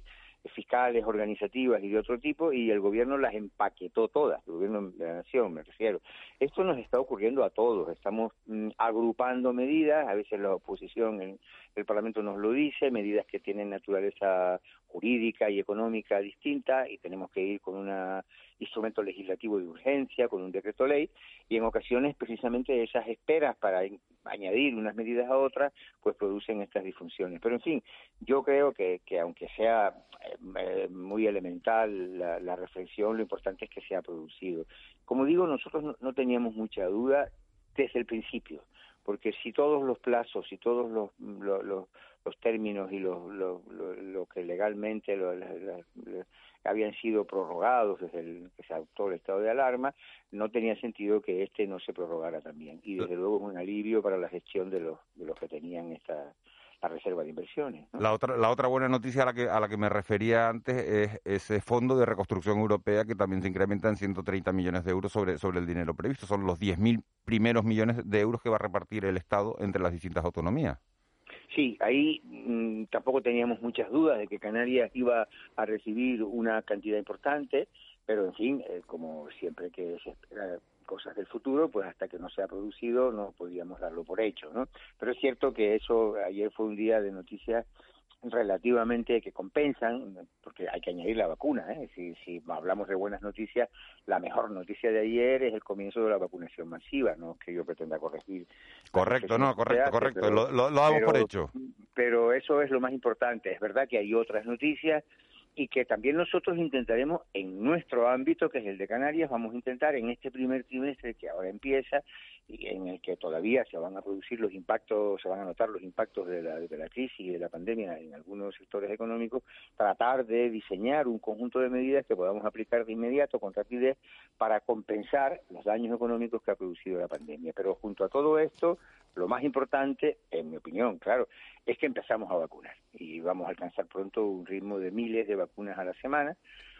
fiscales, organizativas y de otro tipo, y el gobierno las empaquetó todas, el gobierno de la nación me refiero. Esto nos está ocurriendo a todos, estamos mm, agrupando medidas, a veces la oposición en el Parlamento nos lo dice, medidas que tienen naturaleza jurídica y económica distinta, y tenemos que ir con un instrumento legislativo de urgencia, con un decreto ley, y en ocasiones precisamente esas esperas para añadir unas medidas a otras, pues producen estas disfunciones. Pero en fin, yo creo que, que aunque sea eh, muy elemental la, la reflexión, lo importante es que se ha producido. Como digo, nosotros no, no teníamos mucha duda desde el principio, porque si todos los plazos y todos los, los, los, los términos y los, lo, lo, lo que legalmente lo, la, la, la, habían sido prorrogados desde el que se adoptó el estado de alarma, no tenía sentido que este no se prorrogara también. Y desde luego es un alivio para la gestión de los, de los que tenían esta la reserva de inversiones, ¿no? La otra la otra buena noticia a la que a la que me refería antes es ese fondo de reconstrucción europea que también se incrementa en ciento treinta millones de euros sobre sobre el dinero previsto. Son los diez mil primeros millones de euros que va a repartir el Estado entre las distintas autonomías. Sí, ahí mmm, tampoco teníamos muchas dudas de que Canarias iba a recibir una cantidad importante, pero en fin, eh, como siempre que se espera cosas del futuro, pues hasta que no se ha producido no podíamos darlo por hecho, ¿no? Pero es cierto que eso ayer fue un día de noticias relativamente que compensan, porque hay que añadir la vacuna, ¿eh? Si, si hablamos de buenas noticias, la mejor noticia de ayer es el comienzo de la vacunación masiva, no es que yo pretenda corregir. Correcto, no, correcto, hace, correcto, pero, lo, lo, lo damos pero, por hecho. Pero eso es lo más importante, es verdad que hay otras noticias y que también nosotros intentaremos en nuestro ámbito, que es el de Canarias, vamos a intentar en este primer trimestre que ahora empieza y en el que todavía se van a producir los impactos, se van a notar los impactos de la, de la crisis y de la pandemia en algunos sectores económicos, tratar de diseñar un conjunto de medidas que podamos aplicar de inmediato con rapidez para compensar los daños económicos que ha producido la pandemia. Pero junto a todo esto, lo más importante, en mi opinión, claro, es que empezamos a vacunar y vamos a alcanzar pronto un ritmo de miles de vacunas a la semana.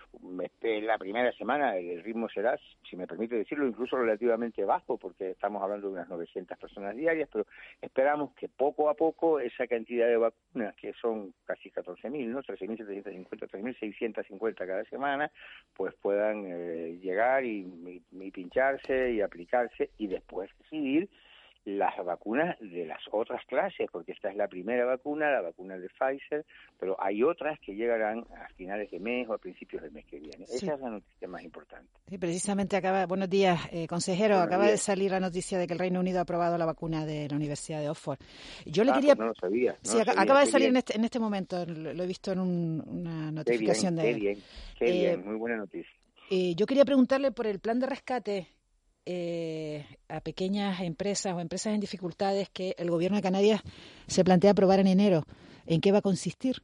La primera semana el ritmo será, si me permite decirlo, incluso relativamente bajo, porque estamos hablando de unas novecientas personas diarias, pero esperamos que poco a poco esa cantidad de vacunas, que son casi catorce mil, ¿no? trece mil setecientos cincuenta, tres mil seiscientos cincuenta cada semana, pues puedan eh, llegar y, y, y pincharse y aplicarse y después recibir las vacunas de las otras clases, porque esta es la primera vacuna, la vacuna de Pfizer, pero hay otras que llegarán a finales de mes o a principios del mes que viene. Sí. Esa es la noticia más importante. Sí, precisamente acaba, buenos días, eh, consejero, buenos acaba días. de salir la noticia de que el Reino Unido ha aprobado la vacuna de la Universidad de Oxford. Yo le ah, quería... Pues no lo sabía. No sí, lo acaba sabía, de salir en bien. este, en este momento, lo he visto en un, una notificación qué de... Qué bien, qué eh, bien, muy buena noticia. Eh, yo quería preguntarle por el plan de rescate Eh, a pequeñas empresas o empresas en dificultades que el Gobierno de Canarias se plantea aprobar en enero. ¿En qué va a consistir?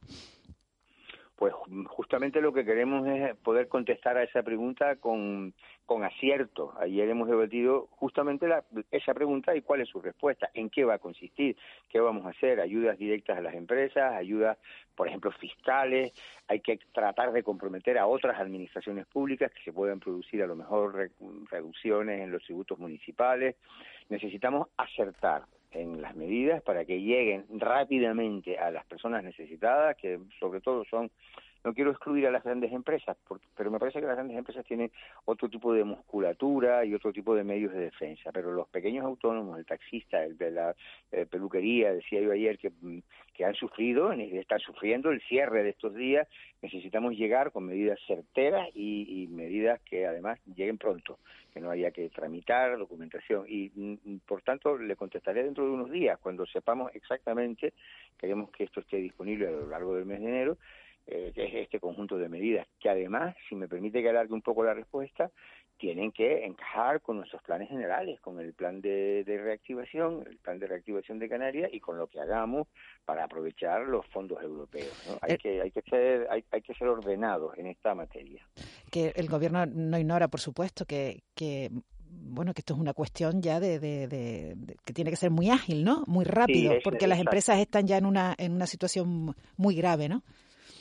Pues justamente lo que queremos es poder contestar a esa pregunta con, con acierto. Ayer hemos debatido justamente la, esa pregunta y cuál es su respuesta, en qué va a consistir, qué vamos a hacer, ayudas directas a las empresas, ayudas, por ejemplo, fiscales. Hay que tratar de comprometer a otras administraciones públicas que se puedan producir a lo mejor re, reducciones en los tributos municipales. Necesitamos acertar en las medidas para que lleguen rápidamente a las personas necesitadas, que sobre todo son, no quiero excluir a las grandes empresas, pero me parece que las grandes empresas tienen otro tipo de musculatura y otro tipo de medios de defensa, pero los pequeños autónomos, el taxista, el de la eh, peluquería, decía yo ayer, que, que han sufrido, están sufriendo el cierre de estos días, necesitamos llegar con medidas certeras y, y medidas que además lleguen pronto, que no haya que tramitar documentación y por tanto le contestaré dentro de unos días cuando sepamos exactamente, queremos que esto esté disponible a lo largo del mes de enero, eh, que es este conjunto de medidas que además, si me permite que alargue un poco la respuesta, tienen que encajar con nuestros planes generales, con el plan de, de reactivación, el plan de reactivación de Canarias y con lo que hagamos para aprovechar los fondos europeos, ¿no? Hay que hay que ser hay, hay que ser ordenados en esta materia. Que el gobierno no ignora, por supuesto, que que bueno, que esto es una cuestión ya de, de, de, de que tiene que ser muy ágil, ¿no? Muy rápido, sí, es, porque las empresas están ya en una en una situación muy grave, ¿no?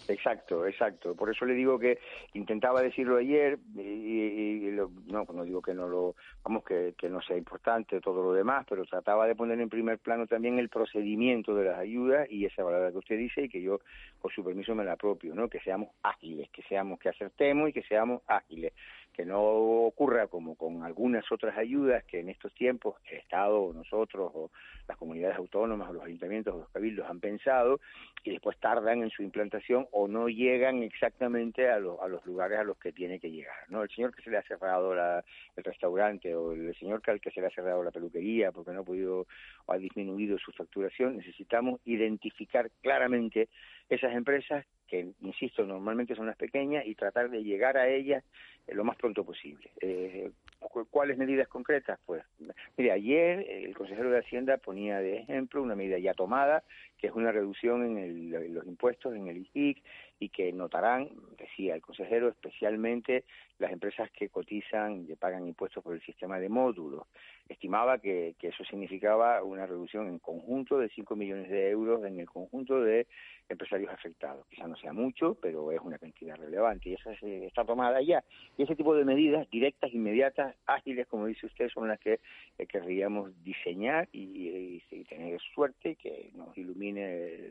Exacto, exacto. Por eso le digo que intentaba decirlo ayer y, y, y lo, no, no digo que no lo, vamos, que, que no sea importante todo lo demás, pero trataba de poner en primer plano también el procedimiento de las ayudas y esa palabra que usted dice y que yo, con su permiso, me la apropio, ¿no? Que seamos ágiles, que seamos, que acertemos y que seamos ágiles. Que no ocurra como con algunas otras ayudas que en estos tiempos el Estado o nosotros o las comunidades autónomas o los ayuntamientos o los cabildos han pensado y después tardan en su implantación o no llegan exactamente a, lo, a los lugares a los que tiene que llegar, ¿no? El señor que se le ha cerrado la, el restaurante o el señor que al que se le ha cerrado la peluquería porque no ha podido o ha disminuido su facturación, necesitamos identificar claramente esas empresas que, insisto, normalmente son las pequeñas y tratar de llegar a ellas eh, lo más pronto posible. Eh, ¿Cuáles medidas concretas? Pues, mire, ayer el consejero de Hacienda ponía de ejemplo una medida ya tomada, que es una reducción en, el, en los impuestos, en el I G I C, y que notarán, decía el consejero, especialmente las empresas que cotizan y que pagan impuestos por el sistema de módulos. Estimaba que, que eso significaba una reducción en conjunto de cinco millones de euros en el conjunto de empresarios afectados. Quizá no sea mucho, pero es una cantidad relevante y esa se, está tomada ya. Y ese tipo de medidas directas, inmediatas, ágiles, como dice usted, son las que eh, querríamos diseñar y, y, y tener suerte que nos ilumine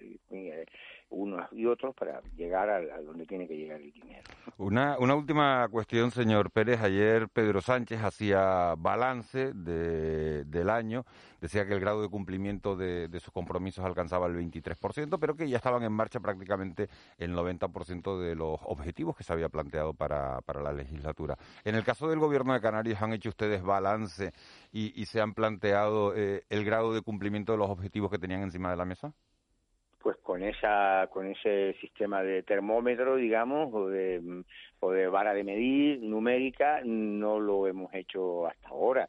eh, unos y otros para llegar a, a donde tiene que llegar el dinero. Una, una última cuestión, señor Pérez. Ayer Pedro Sánchez hacía balance de, del año. Decía que el grado de cumplimiento de, de sus compromisos alcanzaba el veintitrés por ciento, pero que ya estaban en marcha prácticamente el noventa por ciento de los objetivos que se había planteado para, para la legislatura. En el caso del Gobierno de Canarias, ¿han hecho ustedes balance y, y se han planteado eh, el grado de cumplimiento de los objetivos que tenían encima de la mesa? Pues con esa con ese sistema de termómetro, digamos, o de o de vara de medir numérica, no lo hemos hecho hasta ahora.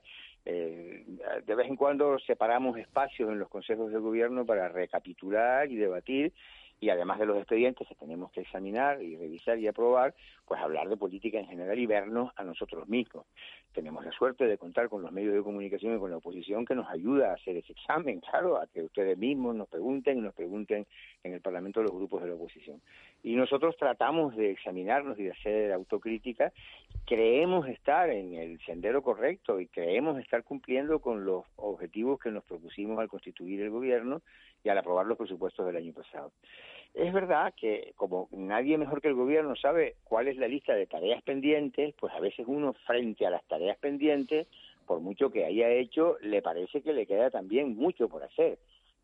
Eh, de vez en cuando separamos espacios en los consejos de gobierno para recapitular y debatir, y además de los expedientes que tenemos que examinar y revisar y aprobar, pues hablar de política en general y vernos a nosotros mismos. Tenemos la suerte de contar con los medios de comunicación y con la oposición que nos ayuda a hacer ese examen, claro, a que ustedes mismos nos pregunten y nos pregunten en el Parlamento los grupos de la oposición. Y nosotros tratamos de examinarnos y de hacer autocrítica. Creemos estar en el sendero correcto y creemos estar cumpliendo con los objetivos que nos propusimos al constituir el gobierno y al aprobar los presupuestos del año pasado. Es verdad que como nadie mejor que el gobierno sabe cuál es la lista de tareas pendientes, pues a veces uno frente a las tareas pendientes, por mucho que haya hecho, le parece que le queda también mucho por hacer.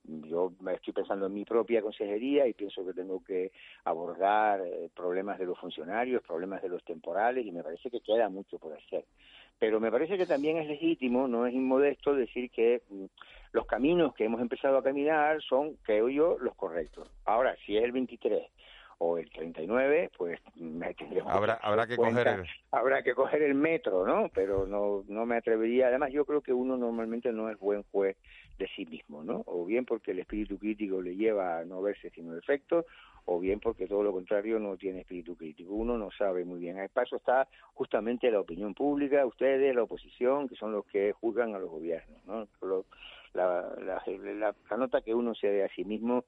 Yo estoy pensando en mi propia consejería y pienso que tengo que abordar eh, problemas de los funcionarios, problemas de los temporales, y me parece que queda mucho por hacer. Pero me parece que también es legítimo, no es inmodesto decir que mm, los caminos que hemos empezado a caminar son, creo yo, los correctos. Ahora, si es el veintitrés o el treinta y nueve, pues me tendremos habrá que habrá que coger el... habrá que coger el metro, ¿no? Pero no no me atrevería. Además, yo creo que uno normalmente no es buen juez de sí mismo, ¿no? O bien porque el espíritu crítico le lleva a no verse sino defectos, o bien porque todo lo contrario no tiene espíritu crítico. Uno no sabe muy bien. Al paso está justamente la opinión pública, ustedes, la oposición, que son los que juzgan a los gobiernos, ¿no? Lo, la, la, la, la nota que uno se dé a sí mismo,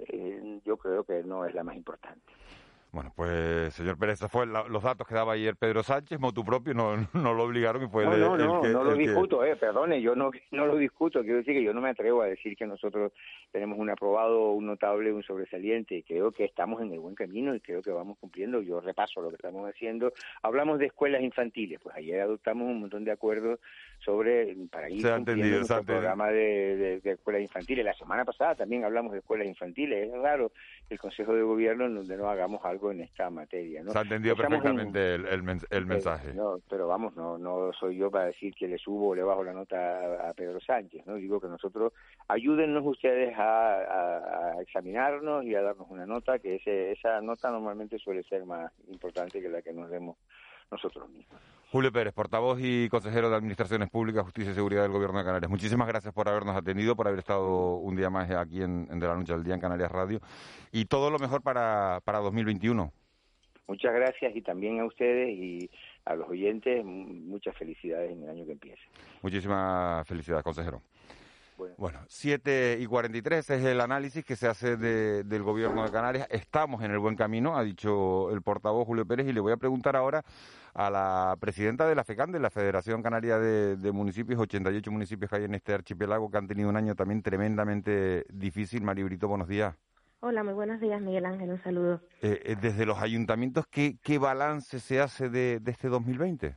eh, yo creo que no es la más importante. Bueno, pues, señor Pérez, esos fueron los datos que daba ayer Pedro Sánchez, motu propio, no, no lo obligaron y fue no, el, no, el no, que... No lo el discuto, que... eh, perdone, yo no, no lo discuto, quiero decir que yo no me atrevo a decir que nosotros tenemos un aprobado, un notable, un sobresaliente, creo que estamos en el buen camino y creo que vamos cumpliendo, yo repaso lo que estamos haciendo. Hablamos de escuelas infantiles, pues ayer adoptamos un montón de acuerdos sobre, para ir cumpliendo nuestro programa de, de, de escuelas infantiles. La semana pasada también hablamos de escuelas infantiles, es raro el Consejo de Gobierno en donde no hagamos algo en esta materia. ¿No? Se ha entendido Estamos perfectamente en... el, el, mens el mensaje. No, pero vamos, no no soy yo para decir que le subo o le bajo la nota a, a Pedro Sánchez, ¿no? Digo que nosotros, ayúdennos ustedes a, a, a examinarnos y a darnos una nota, que ese, esa nota normalmente suele ser más importante que la que nos demos nosotros mismos. Julio Pérez, portavoz y consejero de Administraciones Públicas, Justicia y Seguridad del Gobierno de Canarias. Muchísimas gracias por habernos atendido, por haber estado un día más aquí en, en De la Noche al Día en Canarias Radio, y todo lo mejor para, para dos mil veintiuno. Muchas gracias, y también a ustedes y a los oyentes, muchas felicidades en el año que empieza. Muchísimas felicidades, consejero. Bueno, bueno siete y cuarenta y tres es el análisis que se hace de, del Gobierno de Canarias. Estamos en el buen camino, ha dicho el portavoz Julio Pérez, y le voy a preguntar ahora a la presidenta de la FECAN, de la Federación Canaria de, de Municipios, ochenta y ocho municipios que hay en este archipiélago, que han tenido un año también tremendamente difícil. María Brito, buenos días. Hola, muy buenos días, Miguel Ángel, un saludo. Eh, desde los ayuntamientos, ¿qué, qué balance se hace de, de este dos mil veinte?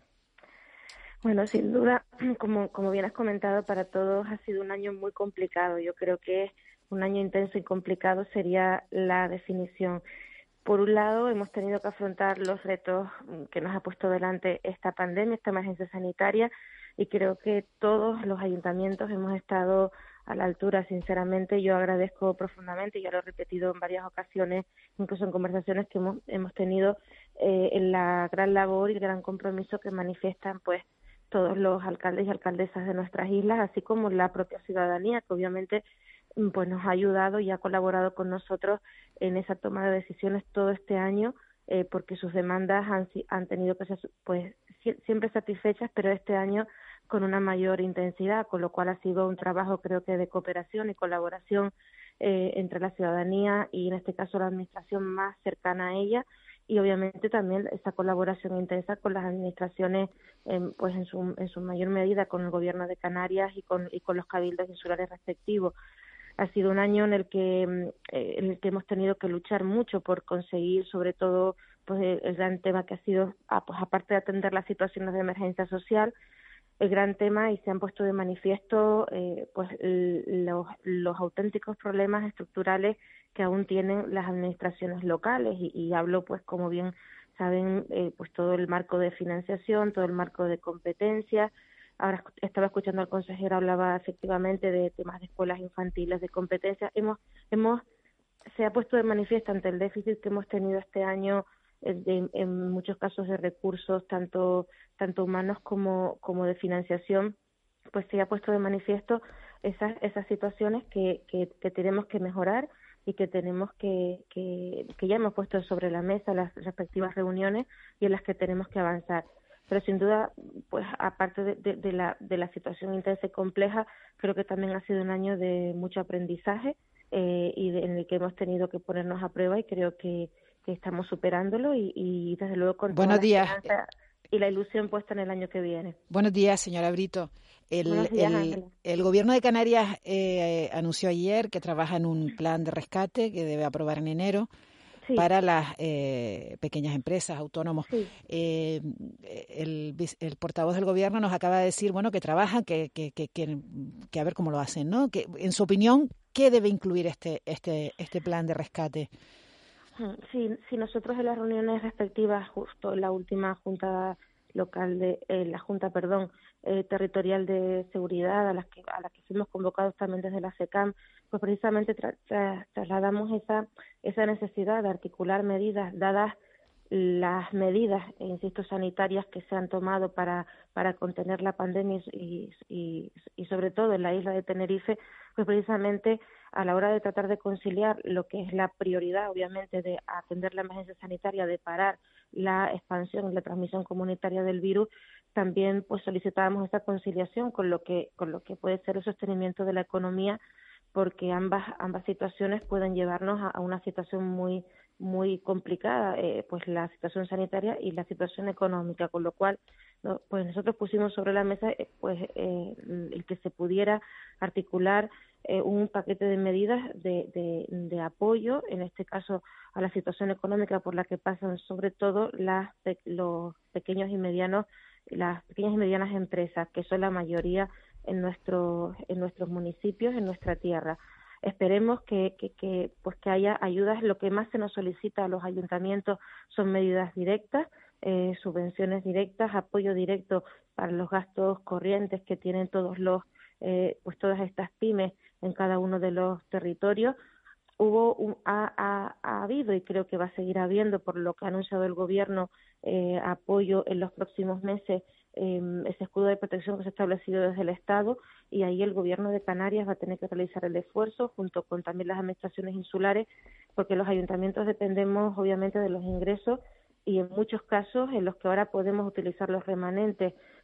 Bueno, sin duda, como, como bien has comentado, para todos ha sido un año muy complicado. Yo creo que un año intenso y complicado sería la definición. Por un lado, hemos tenido que afrontar los retos que nos ha puesto delante esta pandemia, esta emergencia sanitaria, y creo que todos los ayuntamientos hemos estado a la altura. Sinceramente, yo agradezco profundamente, ya lo he repetido en varias ocasiones, incluso en conversaciones que hemos, hemos tenido, eh, en la gran labor y el gran compromiso que manifiestan, pues, todos los alcaldes y alcaldesas de nuestras islas, así como la propia ciudadanía, que obviamente pues nos ha ayudado y ha colaborado con nosotros en esa toma de decisiones todo este año, eh, porque sus demandas han, han tenido que ser pues siempre satisfechas, pero este año con una mayor intensidad, con lo cual ha sido un trabajo, creo que de cooperación y colaboración eh, entre la ciudadanía y en este caso la administración más cercana a ella, y obviamente también esa colaboración intensa con las administraciones, eh, pues en su, en su mayor medida con el Gobierno de Canarias y con, y con los cabildos insulares respectivos. Ha sido un año en el que eh, en el que hemos tenido que luchar mucho por conseguir, sobre todo, pues el, el gran tema que ha sido, ah, pues aparte de atender las situaciones de emergencia social, el gran tema, y se han puesto de manifiesto eh, pues los, los auténticos problemas estructurales que aún tienen las administraciones locales, y, y hablo, pues como bien saben, eh, pues todo el marco de financiación, todo el marco de competencias. Ahora estaba escuchando al consejero, hablaba efectivamente de temas de escuelas infantiles, de competencias. Hemos, hemos, se ha puesto de manifiesto ante el déficit que hemos tenido este año, de, en muchos casos de recursos, tanto tanto humanos como, como de financiación, pues se ha puesto de manifiesto esas esas situaciones que, que, que tenemos que mejorar y que tenemos que, que, que ya hemos puesto sobre la mesa las respectivas reuniones y en las que tenemos que avanzar. Pero sin duda, pues aparte de, de, de, la, de la situación intensa y compleja, creo que también ha sido un año de mucho aprendizaje eh, y de, en el que hemos tenido que ponernos a prueba, y creo que, que estamos superándolo y, y desde luego con Buenos toda días. la esperanza y la ilusión puesta en el año que viene. Buenos días, señora Brito. El, Buenos días, el, el Gobierno de Canarias eh, anunció ayer que trabaja en un plan de rescate que debe aprobar en enero. Sí. Para las eh, pequeñas empresas, autónomos. Sí. Eh, el, el portavoz del Gobierno nos acaba de decir, bueno, que trabajan, que, que, que, que, que a ver cómo lo hacen, ¿no? Que, en su opinión, ¿qué debe incluir este, este, este plan de rescate? Sí, sí, nosotros en las reuniones respectivas, justo en la última junta local de eh, la junta, perdón, eh, territorial de seguridad a las que a las que fuimos convocados también desde la FECAM, pues precisamente tra tra trasladamos esa esa necesidad de articular medidas dadas las medidas, e insisto, sanitarias que se han tomado para para contener la pandemia y, y, y sobre todo en la isla de Tenerife, pues precisamente a la hora de tratar de conciliar lo que es la prioridad, obviamente, de atender la emergencia sanitaria, de parar la expansión y la transmisión comunitaria del virus, también pues solicitábamos esa conciliación con lo que con lo que puede ser el sostenimiento de la economía, porque ambas ambas situaciones pueden llevarnos a, a una situación muy muy complicada, eh, pues la situación sanitaria y la situación económica, con lo cual no, pues nosotros pusimos sobre la mesa eh, pues eh, el que se pudiera articular eh, un paquete de medidas de, de, de apoyo, en este caso a la situación económica por la que pasan sobre todo las los pequeños y medianos las pequeñas y medianas empresas, que son la mayoría en nuestros en nuestros municipios, en nuestra tierra. Esperemos que, que, que, pues que haya ayudas. Lo que más se nos solicita a los ayuntamientos son medidas directas, eh, subvenciones directas, apoyo directo para los gastos corrientes que tienen todos los, eh, pues todas estas pymes en cada uno de los territorios. Hubo un, ha, ha, ha habido y creo que va a seguir habiendo, por lo que ha anunciado el Gobierno, eh, apoyo en los próximos meses, eh, ese escudo de protección que se ha establecido desde el Estado, y ahí el Gobierno de Canarias va a tener que realizar el esfuerzo junto con también las administraciones insulares, porque los ayuntamientos dependemos obviamente de los ingresos, y en muchos casos en los que ahora podemos utilizar los remanentes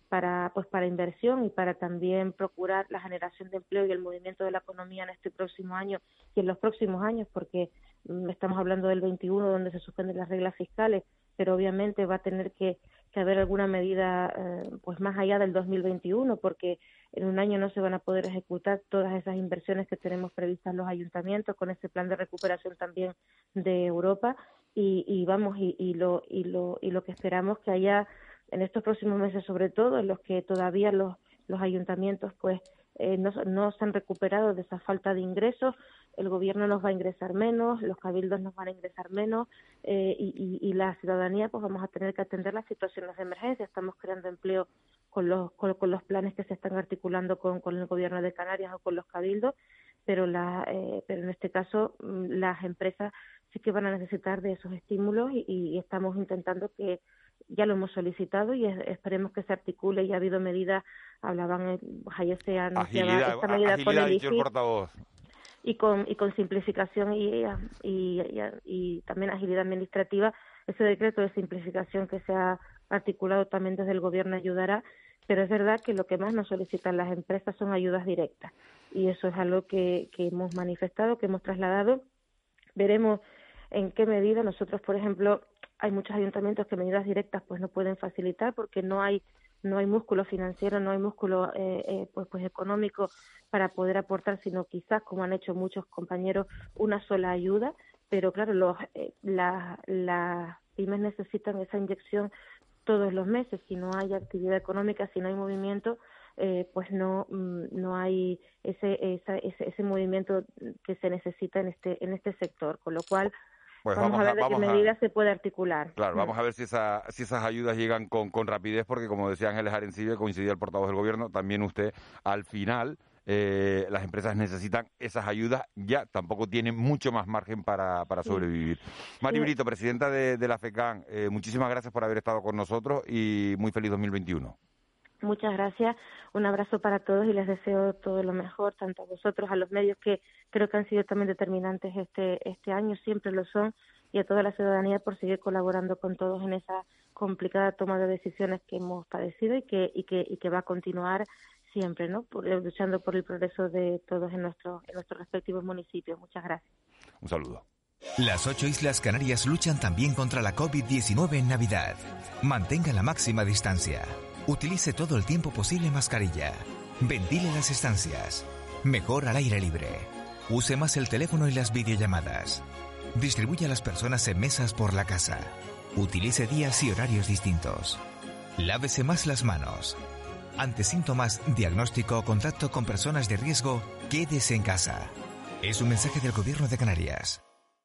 para pues para inversión y para también procurar la generación de empleo y el movimiento de la economía en este próximo año y en los próximos años, porque mm, estamos hablando del veintiuno, donde se suspenden las reglas fiscales, pero obviamente va a tener que, que haber alguna medida eh, pues más allá del dos mil veintiuno, porque en un año no se van a poder ejecutar todas esas inversiones que tenemos previstas los ayuntamientos con ese plan de recuperación también de Europa y, y vamos y, y lo y lo y lo que esperamos que haya en estos próximos meses, sobre todo en los que todavía los los ayuntamientos pues eh, no, no se han recuperado de esa falta de ingresos, el gobierno nos va a ingresar menos, los cabildos nos van a ingresar menos eh, y, y, y la ciudadanía pues vamos a tener que atender las situaciones de emergencia. Estamos creando empleo con los con, con los planes que se están articulando con, con el gobierno de Canarias o con los cabildos, pero la eh, pero en este caso las empresas sí que van a necesitar de esos estímulos y, y estamos intentando que ya lo hemos solicitado y es, esperemos que se articule. Y ha habido medidas, hablaban, ayer se anunciaba esta medida agilidad, con el I dicho el portavoz. y con y con simplificación y, y, y, y también agilidad administrativa. Ese decreto de simplificación que se ha articulado también desde el gobierno ayudará, pero es verdad que lo que más nos solicitan las empresas son ayudas directas y eso es algo que, que hemos manifestado, que hemos trasladado. Veremos en qué medida. Nosotros, por ejemplo, hay muchos ayuntamientos que medidas directas pues no pueden facilitar porque no hay no hay músculo financiero, no hay músculo eh, eh, pues pues económico para poder aportar, sino quizás, como han hecho muchos compañeros, una sola ayuda. Pero claro, los eh, las la pymes necesitan esa inyección todos los meses. Si no hay actividad económica, si no hay movimiento, eh, pues no no hay ese, esa, ese ese movimiento que se necesita en este en este sector, con lo cual pues vamos, vamos a ver a, de qué vamos medidas a, se puede articular. Claro, vamos a ver si, esa, si esas ayudas llegan con, con rapidez, porque como decía Ángeles Arencibia, coincidía el portavoz del gobierno, también usted, al final, eh, las empresas necesitan esas ayudas ya, tampoco tienen mucho más margen para, para sobrevivir. Sí. Mari Brito, presidenta de, de la FECAN, eh, muchísimas gracias por haber estado con nosotros y muy feliz dos mil veintiuno. Muchas gracias, un abrazo para todos y les deseo todo lo mejor, tanto a vosotros, a los medios que creo que han sido también determinantes este este año, siempre lo son, y a toda la ciudadanía por seguir colaborando con todos en esa complicada toma de decisiones que hemos padecido y que y que y que va a continuar siempre, ¿no? Por, luchando por el progreso de todos en nuestros en nuestros respectivos municipios. Muchas gracias. Un saludo. Las ocho Islas Canarias luchan también contra la COVID diecinueve en Navidad. Mantenga la máxima distancia. Utilice todo el tiempo posible mascarilla. Ventile las estancias. Mejor al aire libre. Use más el teléfono y las videollamadas. Distribuya a las personas en mesas por la casa. Utilice días y horarios distintos. Lávese más las manos. Ante síntomas, diagnóstico o contacto con personas de riesgo, quédese en casa. Es un mensaje del Gobierno de Canarias.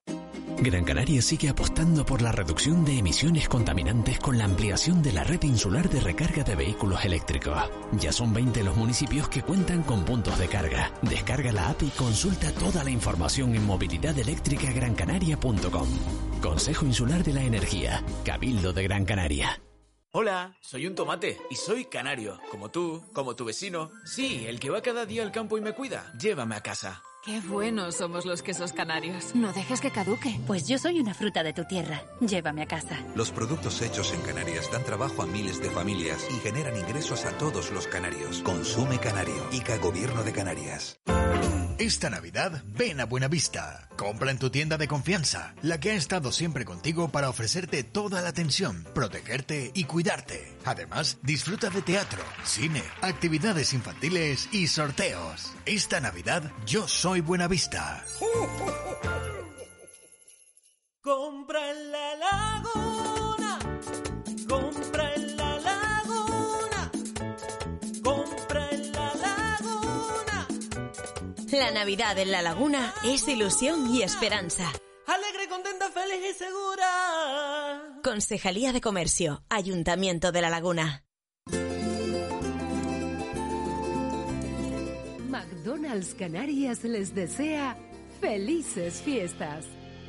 Gran Canaria sigue apostando por la reducción de emisiones contaminantes con la ampliación de la red insular de recarga de vehículos eléctricos. Ya son veinte los municipios que cuentan con puntos de carga. Descarga la app y consulta toda la información en movilidad eléctrica gran canaria punto com. Consejo Insular de la Energía, Cabildo de Gran Canaria. Hola, soy un tomate y soy canario, como tú, como tu vecino. Sí, el que va cada día al campo y me cuida. Llévame a casa. Qué buenos somos los quesos canarios. No dejes que caduque. Pues yo soy una fruta de tu tierra. Llévame a casa. Los productos hechos en Canarias dan trabajo a miles de familias y generan ingresos a todos los canarios. Consume Canario. I C A Gobierno de Canarias. Esta Navidad, ven a Buenavista. Compra en tu tienda de confianza, la que ha estado siempre contigo para ofrecerte toda la atención, protegerte y cuidarte. Además, disfruta de teatro, cine, actividades infantiles y sorteos. Esta Navidad, yo soy Buenavista. Compra en la Laguna, compra en la Laguna, compra en la Laguna. La Navidad en La Laguna es ilusión y esperanza. Alegre, contenta, feliz y segura. Concejalía de Comercio, Ayuntamiento de La Laguna. McDonald's Canarias les desea felices fiestas.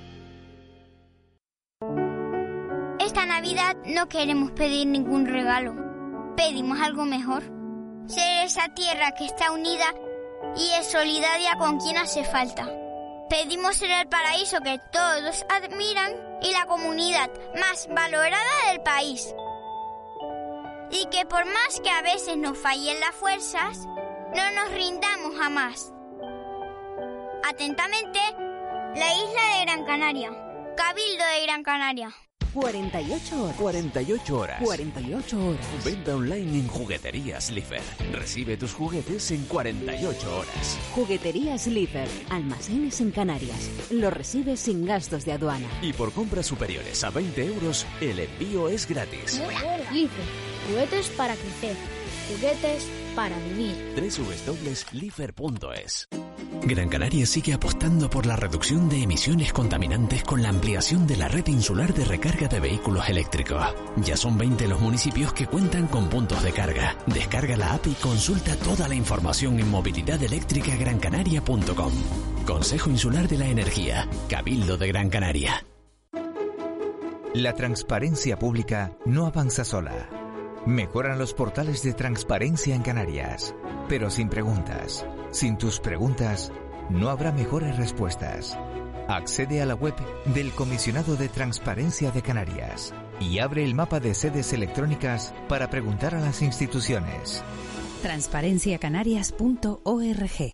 Esta Navidad no queremos pedir ningún regalo. Pedimos algo mejor. Ser esa tierra que está unida y es solidaria con quien hace falta. Pedimos ser el paraíso que todos admiran y la comunidad más valorada del país. y que por más que a veces nos fallen las fuerzas, no nos rindamos jamás. Atentamente, la isla de Gran Canaria. Cabildo de Gran Canaria. cuarenta y ocho horas. cuarenta y ocho horas. cuarenta y ocho horas. Venta online en Jugueterías Lifer. Recibe tus juguetes en cuarenta y ocho horas. Jugueterías Lifer. Almacenes en Canarias. Lo recibes sin gastos de aduana. Y por compras superiores a veinte euros, el envío es gratis. Lifer. Juguetes para crecer. Juguetes para vivir. doble u doble u doble u punto lifer punto es. Gran Canaria sigue apostando por la reducción de emisiones contaminantes con la ampliación de la red insular de recarga de vehículos eléctricos. Ya son veinte los municipios que cuentan con puntos de carga. Descarga la app y consulta toda la información en movilidad eléctrica gran canaria punto com. Consejo Insular de la Energía, Cabildo de Gran Canaria. La transparencia pública no avanza sola. Mejoran los portales de transparencia en Canarias, pero sin preguntas. Sin tus preguntas, no habrá mejores respuestas. Accede a la web del Comisionado de Transparencia de Canarias y abre el mapa de sedes electrónicas para preguntar a las instituciones. transparencia canarias punto org.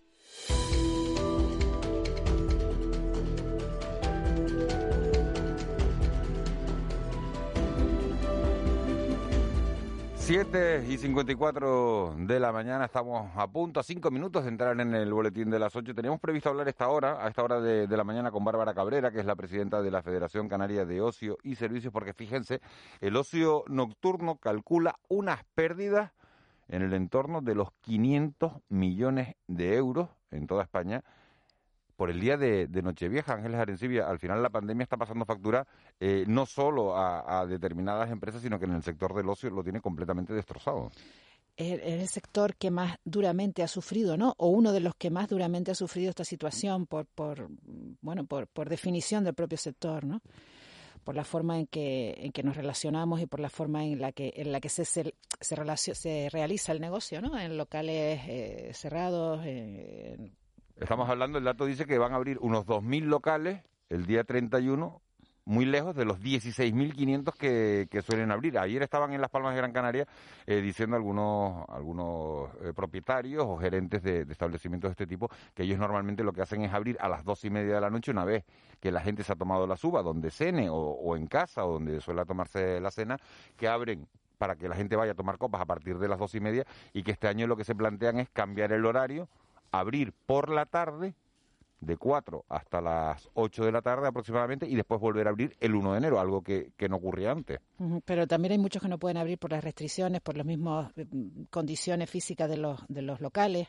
siete y cincuenta y cuatro de la mañana, estamos a punto, a cinco minutos de entrar en el boletín de las ocho. Teníamos previsto hablar esta hora, a esta hora de, de la mañana, con Bárbara Cabrera, que es la presidenta de la Federación Canaria de Ocio y Servicios, porque fíjense, el ocio nocturno calcula unas pérdidas en el entorno de los quinientos millones de euros en toda España por el día de, de Nochevieja. Ángeles Arencibia, al final la pandemia está pasando factura eh, no solo a, a determinadas empresas, sino que en el sector del ocio lo tiene completamente destrozado. Es el sector que más duramente ha sufrido, ¿no? O uno de los que más duramente ha sufrido esta situación por, por bueno, por, por definición del propio sector, ¿no? Por la forma en que en que nos relacionamos y por la forma en la que en la que se se, se, relacio, se realiza el negocio, ¿no? En locales eh, cerrados. Eh, Estamos hablando, el dato dice que van a abrir unos dos mil locales el día treinta y uno, muy lejos de los dieciséis mil quinientos que, que suelen abrir. Ayer estaban en Las Palmas de Gran Canaria eh, diciendo algunos algunos eh, propietarios o gerentes de, de establecimientos de este tipo que ellos normalmente lo que hacen es abrir a las dos y media de la noche, una vez que la gente se ha tomado la suba, donde cene o, o en casa o donde suele tomarse la cena, que abren para que la gente vaya a tomar copas a partir de las dos y media, y que este año lo que se plantean es cambiar el horario, abrir por la tarde de cuatro hasta las ocho de la tarde aproximadamente, y después volver a abrir el uno de enero, algo que, que no ocurría antes. Pero también hay muchos que no pueden abrir por las restricciones, por las mismas condiciones físicas de los de los locales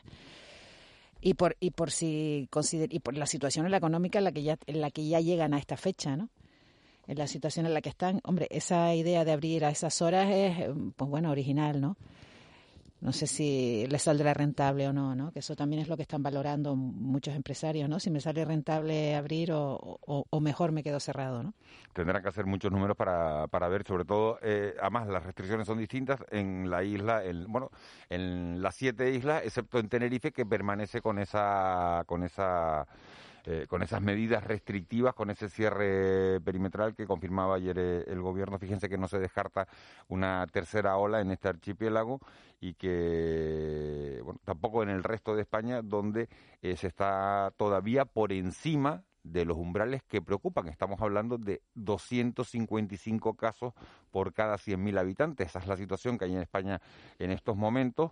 y por y por si consider, y por la situación en la económica en la que ya en la que ya llegan a esta fecha, ¿no? En la situación en la que están, hombre, esa idea de abrir a esas horas es, pues bueno, original, ¿no? No sé si les saldrá rentable o no, ¿no? Que eso también es lo que están valorando muchos empresarios, ¿no? Si me sale rentable abrir o, o, o mejor me quedo cerrado, ¿no? Tendrán que hacer muchos números para, para ver, sobre todo, eh, además las restricciones son distintas en la isla, en, bueno, en las siete islas, excepto en Tenerife, que permanece con esa, con esa, eh, con esas medidas restrictivas, con ese cierre perimetral que confirmaba ayer eh, el gobierno. Fíjense que no se descarta una tercera ola en este archipiélago, y que, bueno, tampoco en el resto de España, donde eh, se está todavía por encima de los umbrales que preocupan. Estamos hablando de doscientos cincuenta y cinco casos por cada cien mil habitantes. Esa es la situación que hay en España en estos momentos.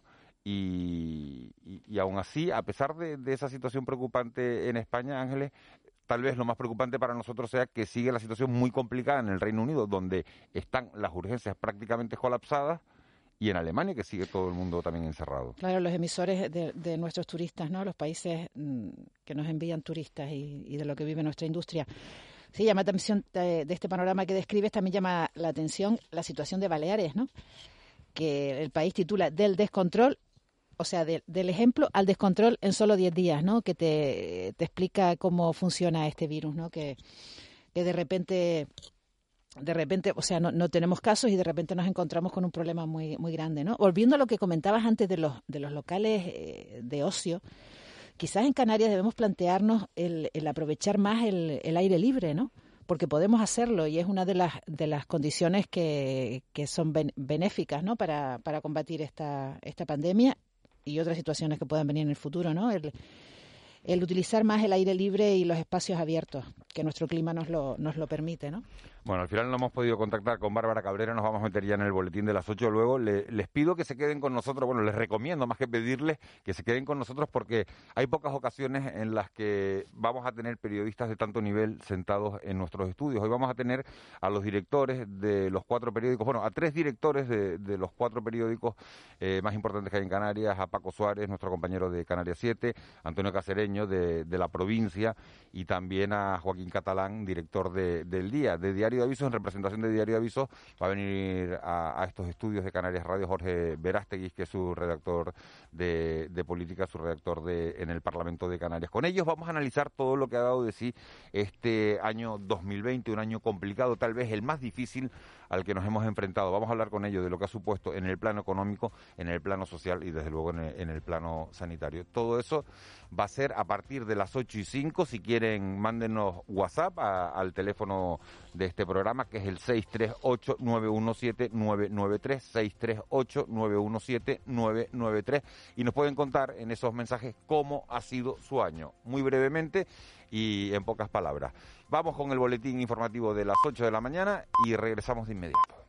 Y, y, y aún así, a pesar de, de esa situación preocupante en España, Ángeles, tal vez lo más preocupante para nosotros sea que sigue la situación muy complicada en el Reino Unido, donde están las urgencias prácticamente colapsadas, y en Alemania, que sigue todo el mundo también encerrado. Claro, los emisores de, de nuestros turistas, ¿no? Los países mmm, que nos envían turistas y, y de lo que vive nuestra industria. Sí, llama la atención de, de este panorama que describes, también llama la atención la situación de Baleares, ¿no? Que el país titula Del descontrol, o sea, de, del ejemplo al descontrol en solo diez días, ¿no? Que te, te explica cómo funciona este virus, ¿no? Que, que de repente... de repente, o sea, no, no tenemos casos y de repente nos encontramos con un problema muy muy grande, ¿no? Volviendo a lo que comentabas antes de los de los locales eh, de ocio, quizás en Canarias debemos plantearnos el, el aprovechar más el, el aire libre, ¿no? porque podemos hacerlo y es una de las de las condiciones que, que son ben, benéficas, ¿no? para, para combatir esta, esta pandemia y otras situaciones que puedan venir en el futuro, ¿no? El, el utilizar más el aire libre y los espacios abiertos, que nuestro clima nos lo, nos lo permite, ¿no? Bueno, al final no hemos podido contactar con Bárbara Cabrera, nos vamos a meter ya en el boletín de las ocho luego. Le, les pido que se queden con nosotros, bueno, les recomiendo más que pedirles que se queden con nosotros porque hay pocas ocasiones en las que vamos a tener periodistas de tanto nivel sentados en nuestros estudios. Hoy vamos a tener a los directores de los cuatro periódicos, bueno, a tres directores de, de los cuatro periódicos eh, más importantes que hay en Canarias, a Paco Suárez, nuestro compañero de Canarias siete, Antonio Cacereño de, de La Provincia y también a Joaquín Catalán, director de, del Día, de Diario de Avisos, en representación de Diario de Avisos, va a venir a, a estos estudios de Canarias Radio Jorge Verástegui, que es su redactor de, de política, su redactor de, en el Parlamento de Canarias. Con ellos vamos a analizar todo lo que ha dado de sí este año dos mil veinte, un año complicado, tal vez el más difícil al que nos hemos enfrentado. Vamos a hablar con ellos de lo que ha supuesto en el plano económico, en el plano social y desde luego en el, en el plano sanitario. Todo eso va a ser a partir de las ocho y cinco. Si quieren, mándenos WhatsApp a, al teléfono de este programa, que es el seis tres ocho, nueve uno siete, nueve nueve tres, seis tres ocho, nueve uno siete, nueve nueve tres, y nos pueden contar en esos mensajes cómo ha sido su año, muy brevemente y en pocas palabras. Vamos con el boletín informativo de las ocho de la mañana y regresamos de inmediato.